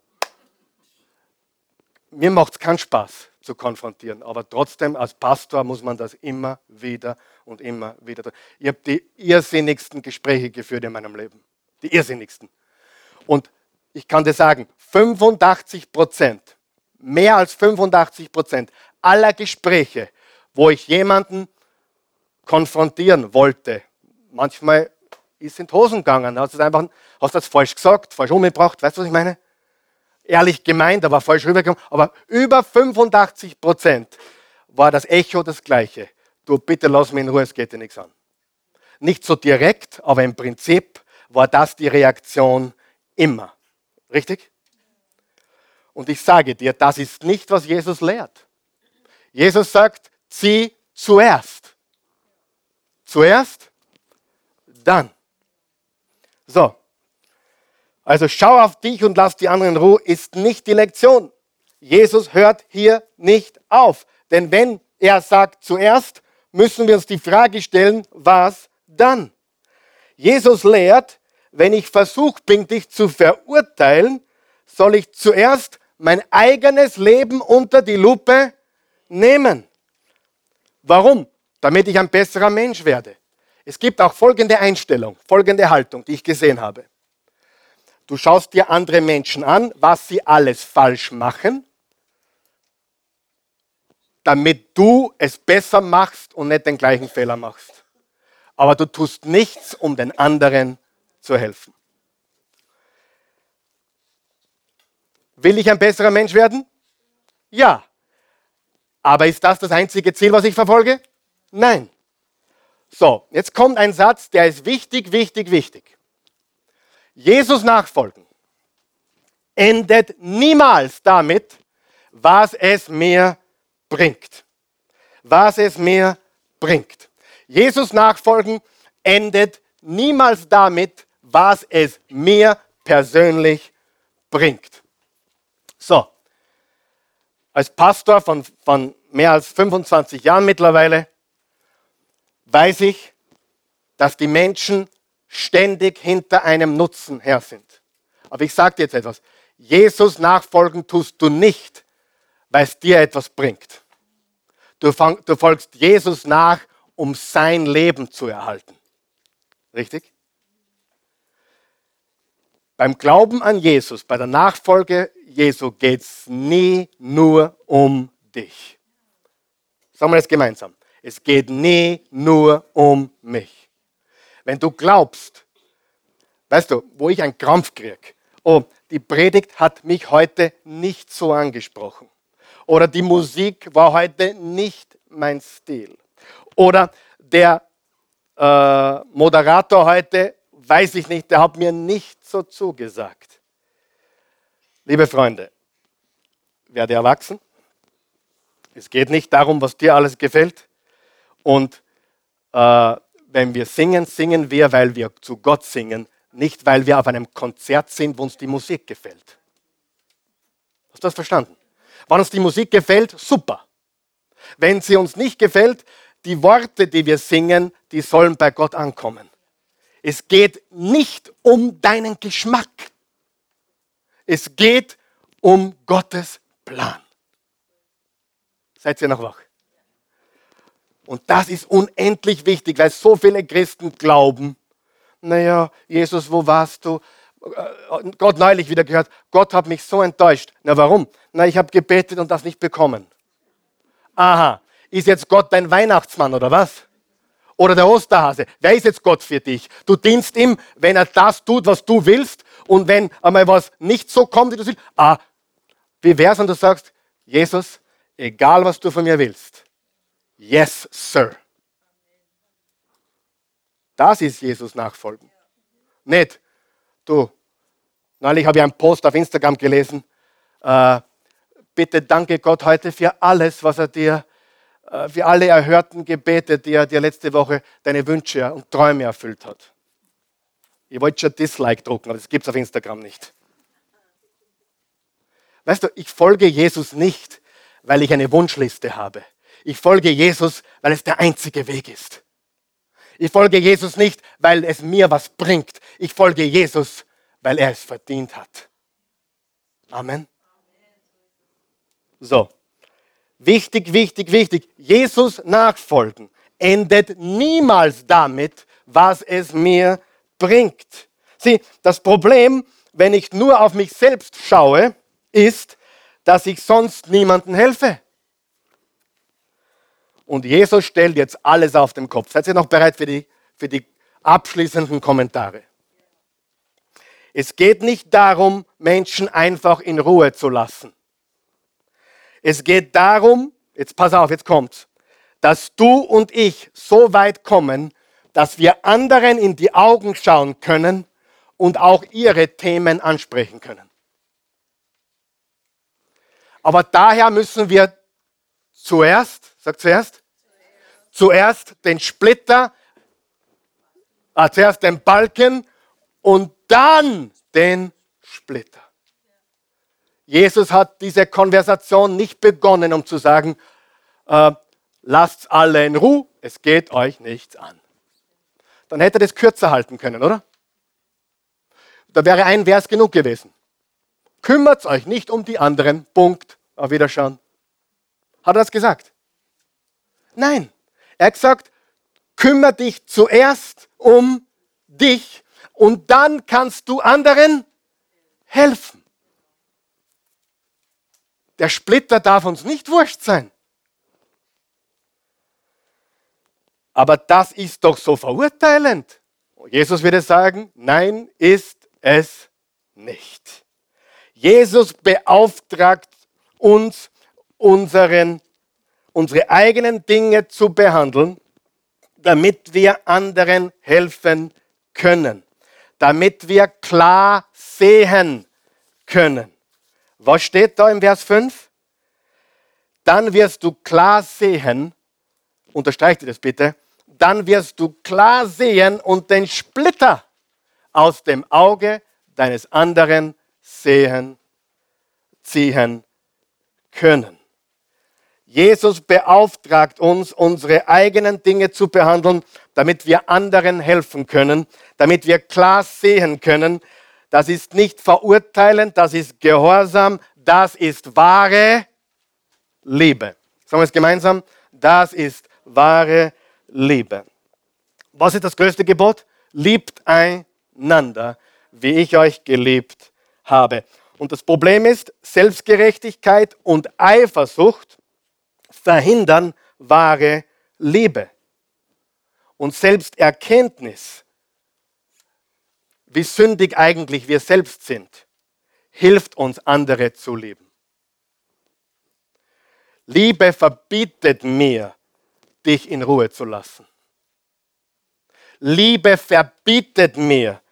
mir macht es keinen Spaß zu konfrontieren. Aber trotzdem, als Pastor muss man das immer wieder und immer wieder tun. Ich habe die irrsinnigsten Gespräche geführt in meinem Leben. Die irrsinnigsten. Und ich kann dir sagen, 85%, mehr als 85% aller Gespräche, wo ich jemanden konfrontieren wollte, manchmal ist es in die Hosen gegangen, hast du das falsch gesagt, falsch umgebracht, weißt du, was ich meine? Ehrlich gemeint, aber falsch rübergekommen. Aber über 85% war das Echo das Gleiche. Du, bitte lass mich in Ruhe, es geht dir nichts an. Nicht so direkt, aber im Prinzip war das die Reaktion immer. Richtig? Und ich sage dir, das ist nicht, was Jesus lehrt. Jesus sagt, zieh zuerst. Zuerst, dann. So. Also schau auf dich und lass die anderen in Ruhe, ist nicht die Lektion. Jesus hört hier nicht auf. Denn wenn er sagt zuerst, müssen wir uns die Frage stellen, was dann? Jesus lehrt, wenn ich versucht bin, dich zu verurteilen, soll ich zuerst mein eigenes Leben unter die Lupe nehmen. Warum? Damit ich ein besserer Mensch werde. Es gibt auch folgende Einstellung, folgende Haltung, die ich gesehen habe. Du schaust dir andere Menschen an, was sie alles falsch machen, damit du es besser machst und nicht den gleichen Fehler machst. Aber du tust nichts, um den anderen zu helfen. Will ich ein besserer Mensch werden? Ja. Aber ist das das einzige Ziel, was ich verfolge? Nein. So, jetzt kommt ein Satz, der ist wichtig, wichtig, wichtig. Jesus nachfolgen endet niemals damit, was es mir bringt. Was es mir bringt. Jesus nachfolgen endet niemals damit, was es mir persönlich bringt. So, als Pastor von mehr als 25 Jahren mittlerweile, weiß ich, dass die Menschen ständig hinter einem Nutzen her sind. Aber ich sage dir jetzt etwas. Jesus nachfolgen tust du nicht, weil es dir etwas bringt. Du folgst Jesus nach, um sein Leben zu erhalten. Richtig? Beim Glauben an Jesus, bei der Nachfolge Jesu geht es nie nur um dich. Sagen wir das gemeinsam. Es geht nie nur um mich. Wenn du glaubst, weißt du, wo ich einen Krampf kriege, oh, die Predigt hat mich heute nicht so angesprochen. Oder die Musik war heute nicht mein Stil. Oder der Moderator heute, weiß ich nicht, der hat mir nicht so zugesagt. Liebe Freunde, werde erwachsen. Es geht nicht darum, was dir alles gefällt. Und wenn wir singen, singen wir, weil wir zu Gott singen, nicht weil wir auf einem Konzert sind, wo uns die Musik gefällt. Hast du das verstanden? Wenn uns die Musik gefällt, super. Wenn sie uns nicht gefällt, die Worte, die wir singen, die sollen bei Gott ankommen. Es geht nicht um deinen Geschmack. Es geht um Gottes Plan. Seid ihr noch wach? Und das ist unendlich wichtig, weil so viele Christen glauben, naja, Jesus, wo warst du? Gott neulich wieder gehört, Gott hat mich so enttäuscht. Na warum? Na, ich habe gebetet und das nicht bekommen. Aha, ist jetzt Gott dein Weihnachtsmann oder was? Oder der Osterhase? Wer ist jetzt Gott für dich? Du dienst ihm, wenn er das tut, was du willst, und wenn einmal was nicht so kommt, wie du willst. Wie wär's, wenn du sagst, Jesus, egal was du von mir willst. Yes, Sir. Das ist Jesus nachfolgen. Nicht, du, neulich habe ich einen Post auf Instagram gelesen, bitte danke Gott heute für alles, was er dir, für alle erhörten Gebete, die er dir letzte Woche deine Wünsche und Träume erfüllt hat. Ich wollte schon Dislike drucken, aber das gibt es auf Instagram nicht. Weißt du, ich folge Jesus nicht, weil ich eine Wunschliste habe. Ich folge Jesus, weil es der einzige Weg ist. Ich folge Jesus nicht, weil es mir was bringt. Ich folge Jesus, weil er es verdient hat. Amen. So. Wichtig, wichtig, wichtig. Jesus nachfolgen endet niemals damit, was es mir bringt. Sieh, das Problem, wenn ich nur auf mich selbst schaue, ist, dass ich sonst niemandem helfe. Und Jesus stellt jetzt alles auf den Kopf. Seid ihr noch bereit für die abschließenden Kommentare? Es geht nicht darum, Menschen einfach in Ruhe zu lassen. Es geht darum, jetzt pass auf, jetzt kommt's, dass du und ich so weit kommen, dass wir anderen in die Augen schauen können und auch ihre Themen ansprechen können. Aber daher müssen wir zuerst den Splitter, zuerst den Balken und dann den Splitter. Jesus hat diese Konversation nicht begonnen, um zu sagen, lasst alle in Ruhe, es geht euch nichts an. Dann hätte er das kürzer halten können, oder? Da wäre ein Vers genug gewesen. Kümmert euch nicht um die anderen, Punkt, auf Wiederschauen. Hat er das gesagt? Nein, er hat gesagt, kümmere dich zuerst um dich und dann kannst du anderen helfen. Der Splitter darf uns nicht wurscht sein. Aber das ist doch so verurteilend. Jesus würde sagen, nein, ist es nicht. Jesus beauftragt uns, unsere eigenen Dinge zu behandeln, damit wir anderen helfen können, damit wir klar sehen können. Was steht da im Vers 5? Dann wirst du klar sehen, unterstreicht ihr das bitte, dann wirst du klar sehen und den Splitter aus dem Auge deines anderen ziehen können. Jesus beauftragt uns, unsere eigenen Dinge zu behandeln, damit wir anderen helfen können, damit wir klar sehen können. Das ist nicht verurteilend, das ist Gehorsam, das ist wahre Liebe. Sagen wir es gemeinsam, das ist wahre Liebe. Was ist das größte Gebot? Liebt einander, wie ich euch geliebt habe. Und das Problem ist, Selbstgerechtigkeit und Eifersucht verhindern wahre Liebe. Und Selbsterkenntnis, wie sündig eigentlich wir selbst sind, hilft uns, andere zu lieben. Liebe verbietet mir, dich in Ruhe zu lassen. Liebe verbietet mir,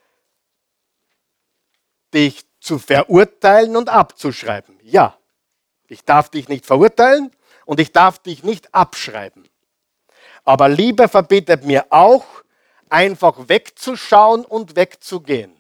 dich zu verurteilen und abzuschreiben. Ja, ich darf dich nicht verurteilen und ich darf dich nicht abschreiben. Aber Liebe verbietet mir auch, einfach wegzuschauen und wegzugehen.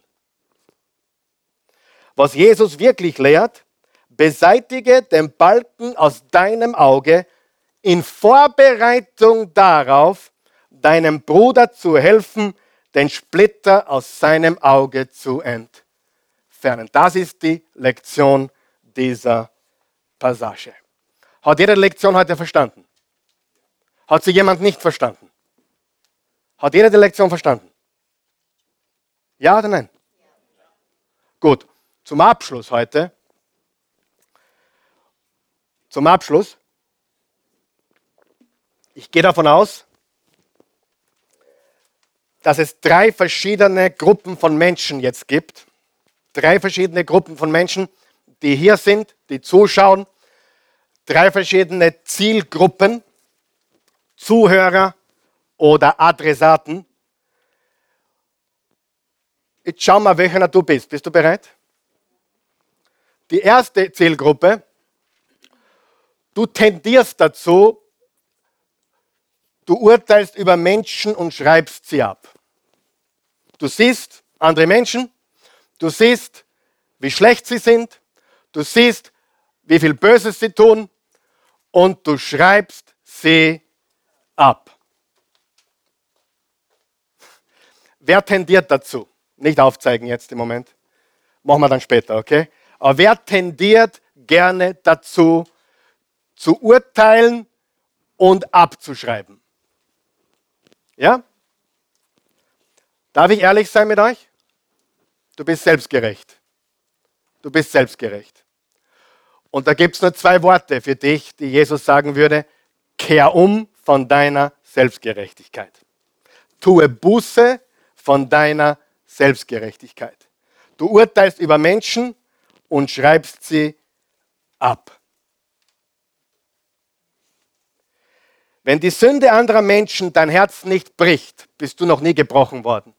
Was Jesus wirklich lehrt, beseitige den Balken aus deinem Auge in Vorbereitung darauf, deinem Bruder zu helfen, den Splitter aus seinem Auge zu entfernen. Das ist die Lektion dieser Passage. Hat jeder die Lektion heute verstanden? Hat sie jemand nicht verstanden? Hat jeder die Lektion verstanden? Ja oder nein? Gut, zum Abschluss heute. Ich gehe davon aus, dass es 3 verschiedene Gruppen von Menschen jetzt gibt. 3 verschiedene Gruppen von Menschen, die hier sind, die zuschauen. 3 verschiedene Zielgruppen, Zuhörer oder Adressaten. Jetzt schau mal, welcher du bist. Bist du bereit? Die erste Zielgruppe, du tendierst dazu, du urteilst über Menschen und schreibst sie ab. Du siehst andere Menschen, du siehst, wie schlecht sie sind, du siehst, wie viel Böses sie tun und du schreibst sie ab. Wer tendiert dazu? Nicht aufzeigen jetzt im Moment. Machen wir dann später, okay? Aber wer tendiert gerne dazu, zu urteilen und abzuschreiben? Ja? Darf ich ehrlich sein mit euch? Du bist selbstgerecht. Du bist selbstgerecht. Und da gibt es nur 2 Worte für dich, die Jesus sagen würde: Kehr um von deiner Selbstgerechtigkeit. Tue Buße von deiner Selbstgerechtigkeit. Du urteilst über Menschen und schreibst sie ab. Wenn die Sünde anderer Menschen dein Herz nicht bricht, bist du noch nie gebrochen worden.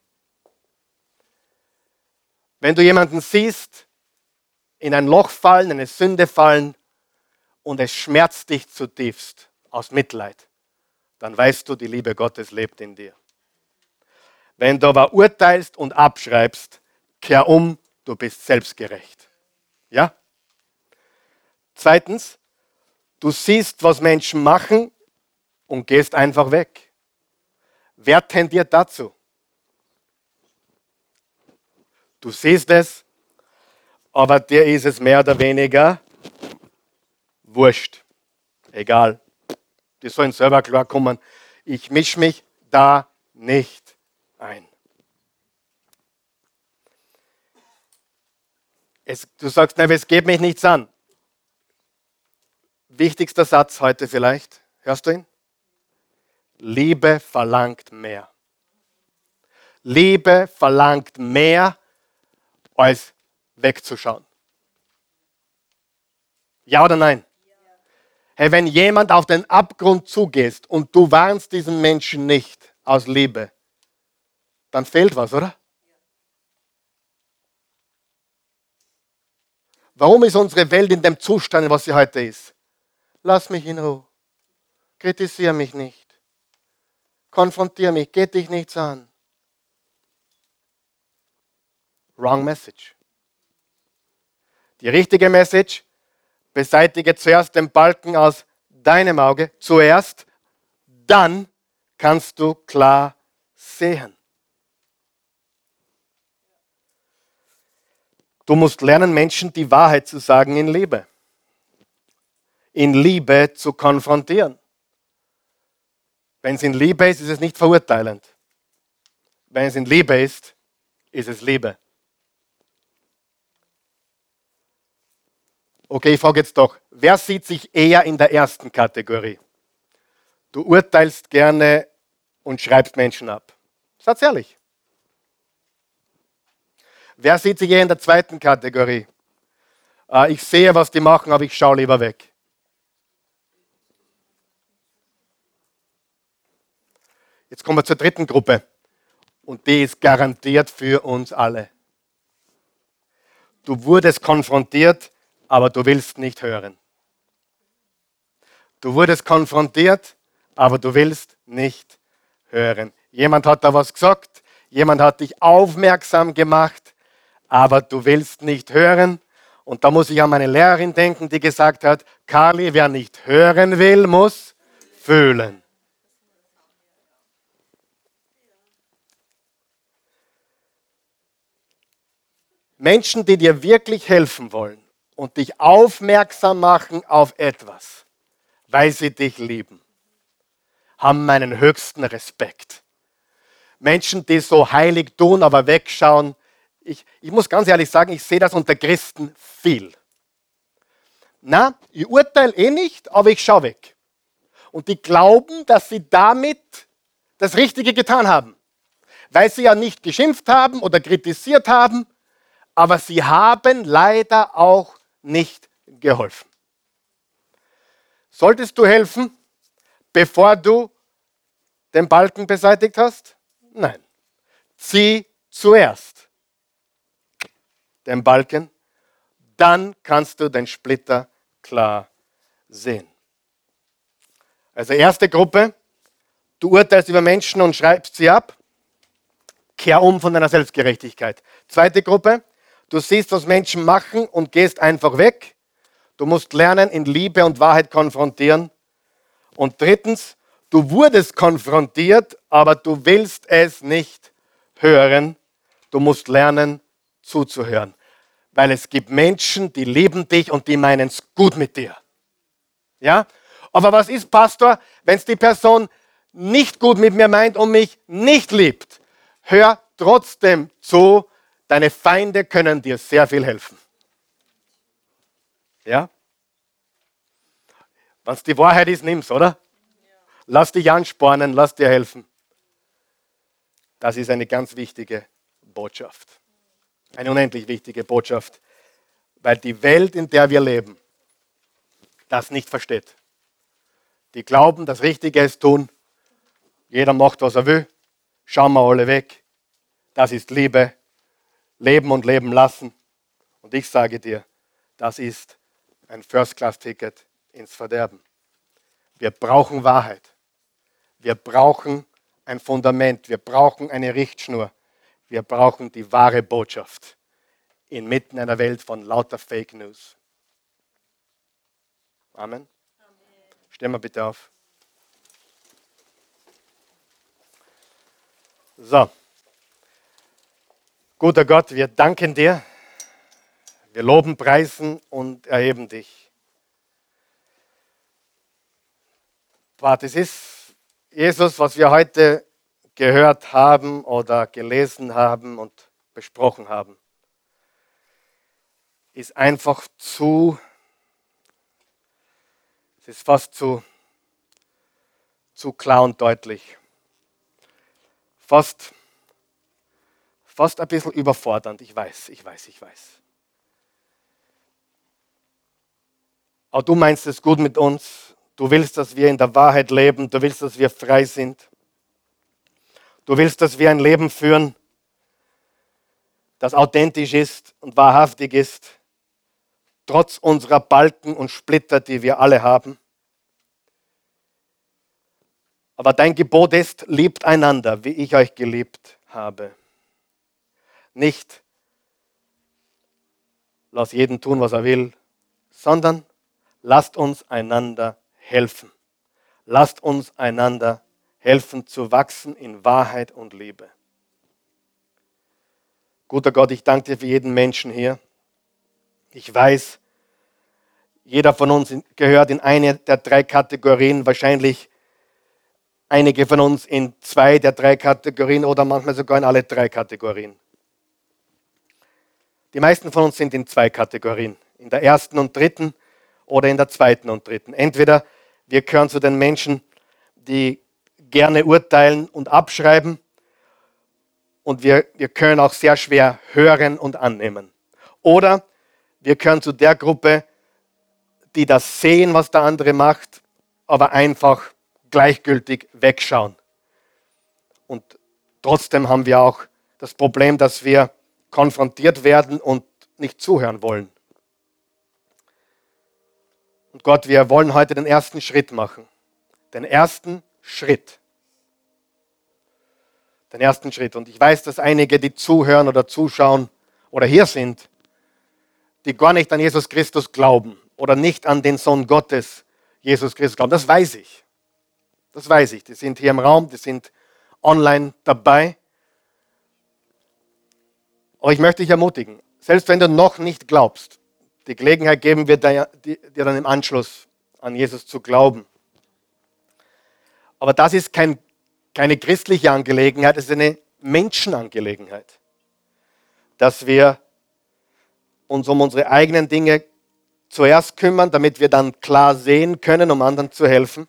Wenn du jemanden siehst, in ein Loch fallen, in eine Sünde fallen und es schmerzt dich zutiefst aus Mitleid, dann weißt du, die Liebe Gottes lebt in dir. Wenn du aber urteilst und abschreibst, kehr um, du bist selbstgerecht. Ja? Zweitens, du siehst, was Menschen machen und gehst einfach weg. Wer tendiert dazu? Du siehst es, aber dir ist es mehr oder weniger wurscht. Egal. Die sollen selber klarkommen. Ich mische mich da nicht ein. Du sagst, nein, es geht mich nichts an. Wichtigster Satz heute vielleicht. Hörst du ihn? Liebe verlangt mehr. Liebe verlangt mehr, als wegzuschauen. Ja oder nein? Hey, wenn jemand auf den Abgrund zugehst und du warnst diesen Menschen nicht aus Liebe, dann fehlt was, oder? Warum ist unsere Welt in dem Zustand, was sie heute ist? Lass mich in Ruhe. Kritisiere mich nicht. Konfrontiere mich. Geht dich nichts an. Wrong message. Die richtige Message: beseitige zuerst den Balken aus deinem Auge. Zuerst, dann kannst du klar sehen. Du musst lernen, Menschen die Wahrheit zu sagen in Liebe. In Liebe zu konfrontieren. Wenn es in Liebe ist, ist es nicht verurteilend. Wenn es in Liebe ist, ist es Liebe. Okay, ich frage jetzt doch, wer sieht sich eher in der ersten Kategorie? Du urteilst gerne und schreibst Menschen ab. Sag's ehrlich. Wer sieht sich eher in der zweiten Kategorie? Ich sehe, was die machen, aber ich schaue lieber weg. Jetzt kommen wir zur dritten Gruppe. Und die ist garantiert für uns alle. Du wurdest konfrontiert, aber du willst nicht hören. Du wurdest konfrontiert, aber du willst nicht hören. Jemand hat da was gesagt, jemand hat dich aufmerksam gemacht, aber du willst nicht hören. Und da muss ich an meine Lehrerin denken, die gesagt hat: Carly, wer nicht hören will, muss fühlen. Menschen, die dir wirklich helfen wollen und dich aufmerksam machen auf etwas, weil sie dich lieben, haben meinen höchsten Respekt. Menschen, die so heilig tun, aber wegschauen. Ich muss ganz ehrlich sagen, ich sehe das unter Christen viel. Na, ich urteile eh nicht, aber ich schaue weg. Und die glauben, dass sie damit das Richtige getan haben. Weil sie ja nicht geschimpft haben oder kritisiert haben, aber sie haben leider auch nicht geholfen. Solltest du helfen, bevor du den Balken beseitigt hast? Nein. Zieh zuerst den Balken, dann kannst du den Splitter klar sehen. Also erste Gruppe, du urteilst über Menschen und schreibst sie ab. Kehr um von deiner Selbstgerechtigkeit. Zweite Gruppe, du siehst, was Menschen machen und gehst einfach weg. Du musst lernen, in Liebe und Wahrheit konfrontieren. Und drittens, du wurdest konfrontiert, aber du willst es nicht hören. Du musst lernen, zuzuhören. Weil es gibt Menschen, die lieben dich und die meinen es gut mit dir. Ja? Aber was ist, Pastor, wenn es die Person nicht gut mit mir meint und mich nicht liebt? Hör trotzdem zu, deine Feinde können dir sehr viel helfen. Ja? Wenn es die Wahrheit ist, nimm's, oder? Lass dich anspornen, lass dir helfen. Das ist eine ganz wichtige Botschaft. Eine unendlich wichtige Botschaft, weil die Welt, in der wir leben, das nicht versteht. Die glauben, das Richtige ist tun. Jeder macht, was er will. Schauen wir alle weg. Das ist Liebe. Leben und leben lassen. Und ich sage dir, das ist ein First-Class-Ticket ins Verderben. Wir brauchen Wahrheit. Wir brauchen ein Fundament. Wir brauchen eine Richtschnur. Wir brauchen die wahre Botschaft inmitten einer Welt von lauter Fake News. Amen. Stehen wir bitte auf. So. Guter Gott, wir danken dir. Wir loben, preisen und erheben dich. Das ist, Jesus, was wir heute gehört haben oder gelesen haben und besprochen haben, ist einfach es ist fast zu klar und deutlich. Fast ein bisschen überfordernd, ich weiß. Aber du meinst es gut mit uns. Du willst, dass wir in der Wahrheit leben. Du willst, dass wir frei sind. Du willst, dass wir ein Leben führen, das authentisch ist und wahrhaftig ist, trotz unserer Balken und Splitter, die wir alle haben. Aber dein Gebot ist, liebt einander, wie ich euch geliebt habe. Nicht, lass jeden tun, was er will, sondern lasst uns einander helfen. Lasst uns einander helfen zu wachsen in Wahrheit und Liebe. Guter Gott, ich danke dir für jeden Menschen hier. Ich weiß, jeder von uns gehört in eine der drei Kategorien, wahrscheinlich einige von uns in zwei der drei Kategorien oder manchmal sogar in alle drei Kategorien. Die meisten von uns sind in zwei Kategorien, in der ersten und dritten oder in der zweiten und dritten. Entweder wir gehören zu den Menschen, die gerne urteilen und abschreiben und wir können auch sehr schwer hören und annehmen. Oder wir gehören zu der Gruppe, die das sehen, was der andere macht, aber einfach gleichgültig wegschauen. Und trotzdem haben wir auch das Problem, dass wir konfrontiert werden und nicht zuhören wollen. Und Gott, wir wollen heute den ersten Schritt machen. Den ersten Schritt. Den ersten Schritt. Und ich weiß, dass einige, die zuhören oder zuschauen oder hier sind, die gar nicht an Jesus Christus glauben oder nicht an den Sohn Gottes, Jesus Christus, glauben. Das weiß ich. Das weiß ich. Die sind hier im Raum, die sind online dabei. Aber ich möchte dich ermutigen, selbst wenn du noch nicht glaubst, die Gelegenheit geben wir dir dann im Anschluss an Jesus zu glauben. Aber das ist keine christliche Angelegenheit, es ist eine Menschenangelegenheit. Dass wir uns um unsere eigenen Dinge zuerst kümmern, damit wir dann klar sehen können, um anderen zu helfen.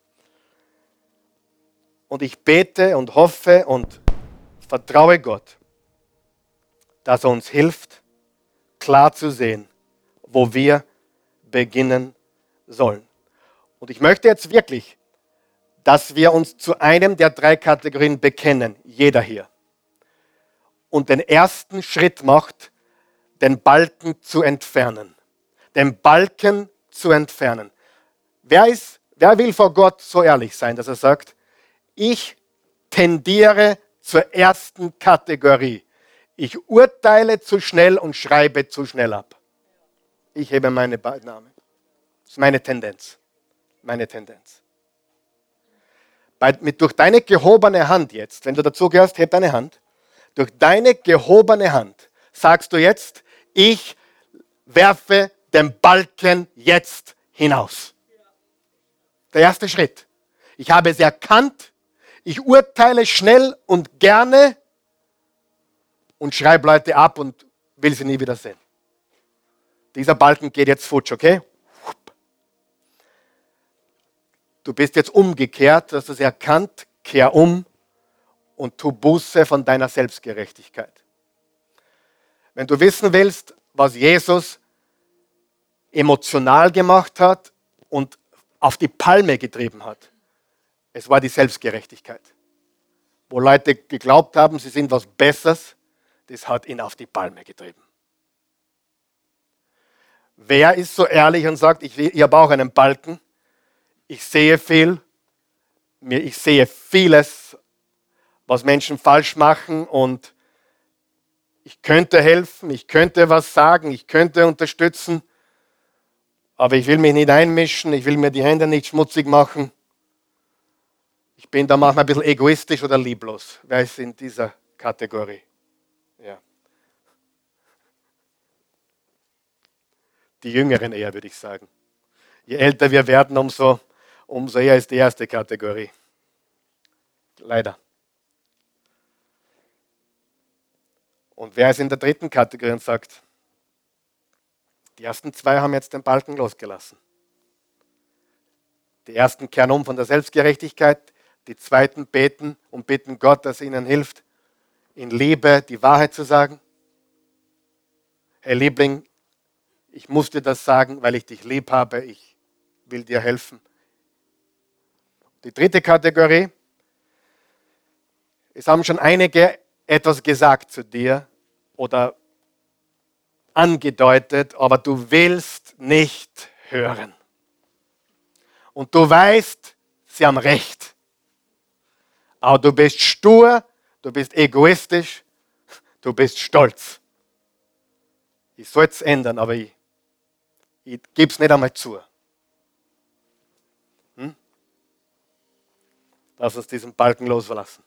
Und ich bete und hoffe und vertraue Gott, dass er uns hilft, klar zu sehen, wo wir beginnen sollen. Und ich möchte jetzt wirklich, dass wir uns zu einem der drei Kategorien bekennen, jeder hier. Und den ersten Schritt macht, den Balken zu entfernen. Den Balken zu entfernen. Wer will vor Gott so ehrlich sein, dass er sagt, ich tendiere zur ersten Kategorie. Ich urteile zu schnell und schreibe zu schnell ab. Ich hebe meine beiden Arme. Das ist meine Tendenz. Durch deine gehobene Hand jetzt, wenn du dazugehörst, heb deine Hand. Durch deine gehobene Hand sagst du jetzt, ich werfe den Balken jetzt hinaus. Der erste Schritt. Ich habe es erkannt, ich urteile schnell und gerne und schreibe Leute ab und will sie nie wieder sehen. Dieser Balken geht jetzt futsch, okay? Du bist jetzt umgekehrt, du hast es erkannt, kehr um und tu Buße von deiner Selbstgerechtigkeit. Wenn du wissen willst, was Jesus emotional gemacht hat und auf die Palme getrieben hat, es war die Selbstgerechtigkeit. Wo Leute geglaubt haben, sie sind was Besseres, das hat ihn auf die Palme getrieben. Wer ist so ehrlich und sagt, ich habe auch einen Balken, ich sehe viel, ich sehe vieles, was Menschen falsch machen und ich könnte helfen, ich könnte was sagen, ich könnte unterstützen, aber ich will mich nicht einmischen, ich will mir die Hände nicht schmutzig machen. Ich bin da manchmal ein bisschen egoistisch oder lieblos. Wer ist in dieser Kategorie? Ja. Die Jüngeren eher, würde ich sagen. Je älter wir werden, umso eher ist die erste Kategorie. Leider. Und wer ist in der dritten Kategorie und sagt, die ersten zwei haben jetzt den Balken losgelassen. Die ersten kehren um von der Selbstgerechtigkeit, die zweiten beten und bitten Gott, dass er ihnen hilft, in Liebe die Wahrheit zu sagen. Hey Liebling, ich muss dir das sagen, weil ich dich lieb habe, ich will dir helfen. Die dritte Kategorie, es haben schon einige etwas gesagt zu dir oder angedeutet, aber du willst nicht hören. Und du weißt, sie haben recht. Aber du bist stur, du bist egoistisch, du bist stolz. Ich soll es ändern, aber ich gebe es nicht einmal zu. Lass uns diesen Balken loslassen.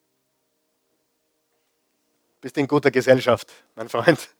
Bist in guter Gesellschaft, mein Freund.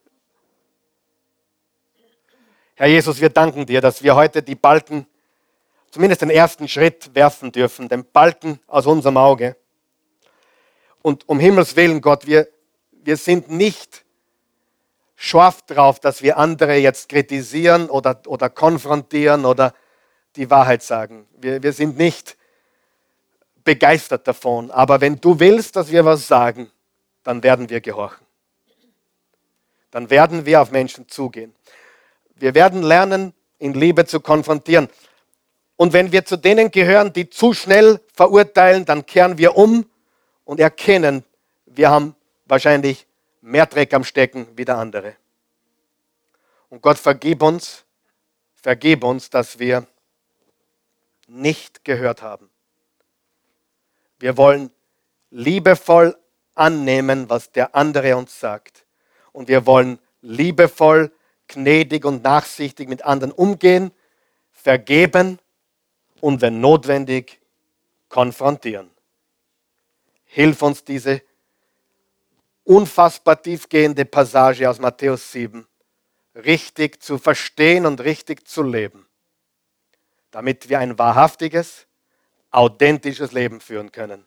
Herr Jesus, wir danken dir, dass wir heute die Balken, zumindest den ersten Schritt werfen dürfen, den Balken aus unserem Auge. Und um Himmels Willen, Gott, wir sind nicht scharf drauf, dass wir andere jetzt kritisieren oder konfrontieren oder die Wahrheit sagen. Wir sind nicht begeistert davon. Aber wenn du willst, dass wir was sagen, dann werden wir gehorchen. Dann werden wir auf Menschen zugehen. Wir werden lernen, in Liebe zu konfrontieren. Und wenn wir zu denen gehören, die zu schnell verurteilen, dann kehren wir um und erkennen, wir haben wahrscheinlich mehr Dreck am Stecken wie der andere. Und Gott, vergib uns, dass wir nicht gehört haben. Wir wollen liebevoll annehmen, was der andere uns sagt. Und wir wollen liebevoll, gnädig und nachsichtig mit anderen umgehen, vergeben und wenn notwendig konfrontieren. Hilf uns, diese unfassbar tiefgehende Passage aus Matthäus 7 richtig zu verstehen und richtig zu leben, damit wir ein wahrhaftiges, authentisches Leben führen können.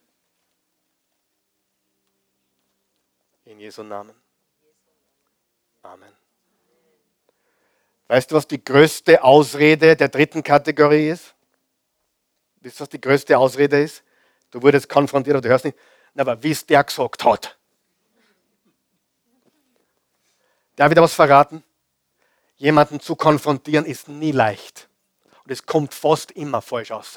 In Jesu Namen. Amen. Weißt du, was die größte Ausrede der dritten Kategorie ist? Wisst ihr, was die größte Ausrede ist? Du wurdest konfrontiert oder du hörst nicht, na, aber wie es der gesagt hat. Darf ich dir was verraten? Jemanden zu konfrontieren ist nie leicht. Und es kommt fast immer falsch aus.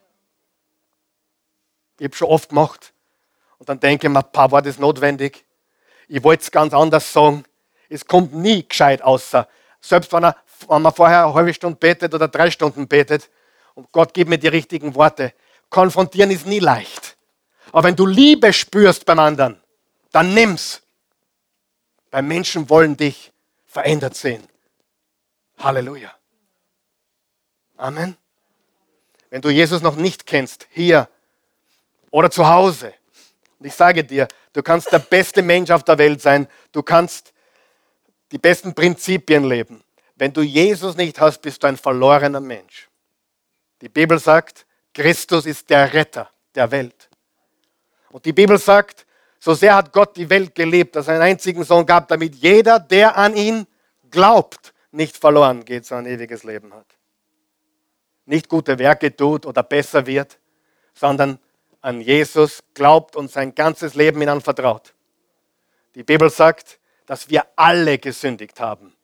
Ich habe schon oft gemacht. Und dann denke ich mir, war das notwendig? Ich wollte es ganz anders sagen. Es kommt nie gescheit außer. Selbst wenn man vorher eine halbe Stunde betet oder 3 Stunden betet und Gott gibt mir die richtigen Worte. Konfrontieren ist nie leicht. Aber wenn du Liebe spürst beim anderen, dann nimm's. Weil Menschen wollen dich verändert sehen. Halleluja. Amen. Wenn du Jesus noch nicht kennst, hier oder zu Hause, und ich sage dir, du kannst der beste Mensch auf der Welt sein, du kannst die besten Prinzipien leben. Wenn du Jesus nicht hast, bist du ein verlorener Mensch. Die Bibel sagt, Christus ist der Retter der Welt. Und die Bibel sagt, so sehr hat Gott die Welt geliebt, dass er einen einzigen Sohn gab, damit jeder, der an ihn glaubt, nicht verloren geht, sondern ein ewiges Leben hat. Nicht gute Werke tut oder besser wird, sondern an Jesus glaubt und sein ganzes Leben ihn anvertraut. Die Bibel sagt, dass wir alle gesündigt haben.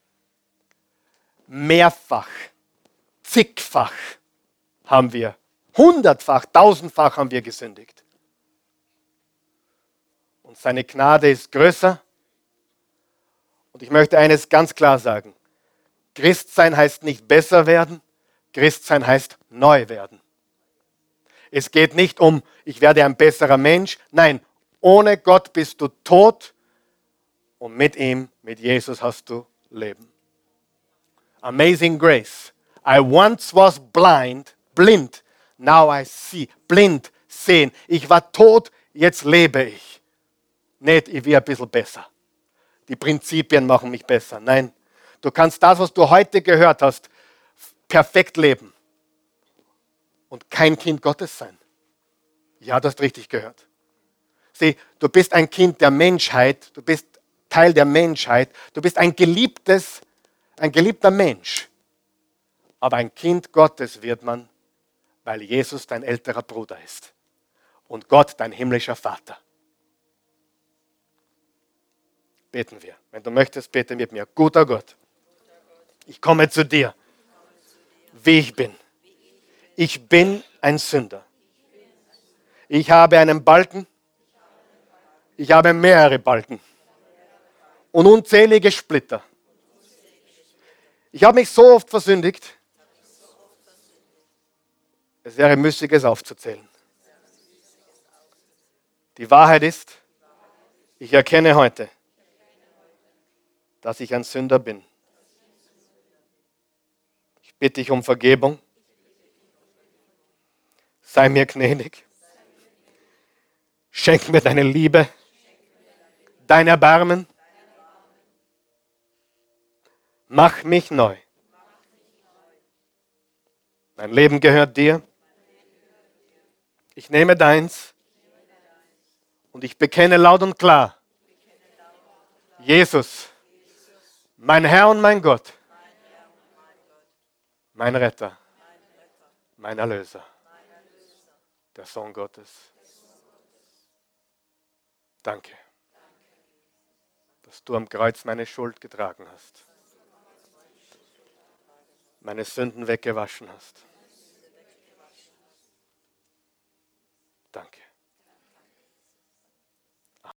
Mehrfach, zigfach haben wir, hundertfach, tausendfach haben wir gesündigt. Und seine Gnade ist größer. Und ich möchte eines ganz klar sagen. Christsein heißt nicht besser werden, Christsein heißt neu werden. Es geht nicht um, ich werde ein besserer Mensch. Nein, ohne Gott bist du tot und mit ihm, mit Jesus hast du Leben. Amazing grace. I once was blind, now I see. Blind, sehen. Ich war tot, jetzt lebe ich. Nicht, ich will ein bisschen besser. Die Prinzipien machen mich besser. Nein, du kannst das, was du heute gehört hast, perfekt leben und kein Kind Gottes sein. Ja, du hast richtig gehört. Sieh, du bist ein Kind der Menschheit, du bist Teil der Menschheit, du bist ein geliebter Mensch. Aber ein Kind Gottes wird man, weil Jesus dein älterer Bruder ist und Gott dein himmlischer Vater. Beten wir. Wenn du möchtest, bete mit mir. Guter Gott, ich komme zu dir, wie ich bin. Ich bin ein Sünder. Ich habe einen Balken. Ich habe mehrere Balken. Und unzählige Splitter. Ich habe mich so oft versündigt, es wäre müßig, es aufzuzählen. Die Wahrheit ist, ich erkenne heute, dass ich ein Sünder bin. Ich bitte dich um Vergebung. Sei mir gnädig. Schenk mir deine Liebe, dein Erbarmen. Mach mich neu. Mein Leben gehört dir. Ich nehme deins und ich bekenne laut und klar, Jesus, mein Herr und mein Gott, mein Retter, mein Erlöser, der Sohn Gottes. Danke, dass du am Kreuz meine Schuld getragen hast, meine Sünden weggewaschen hast. Danke.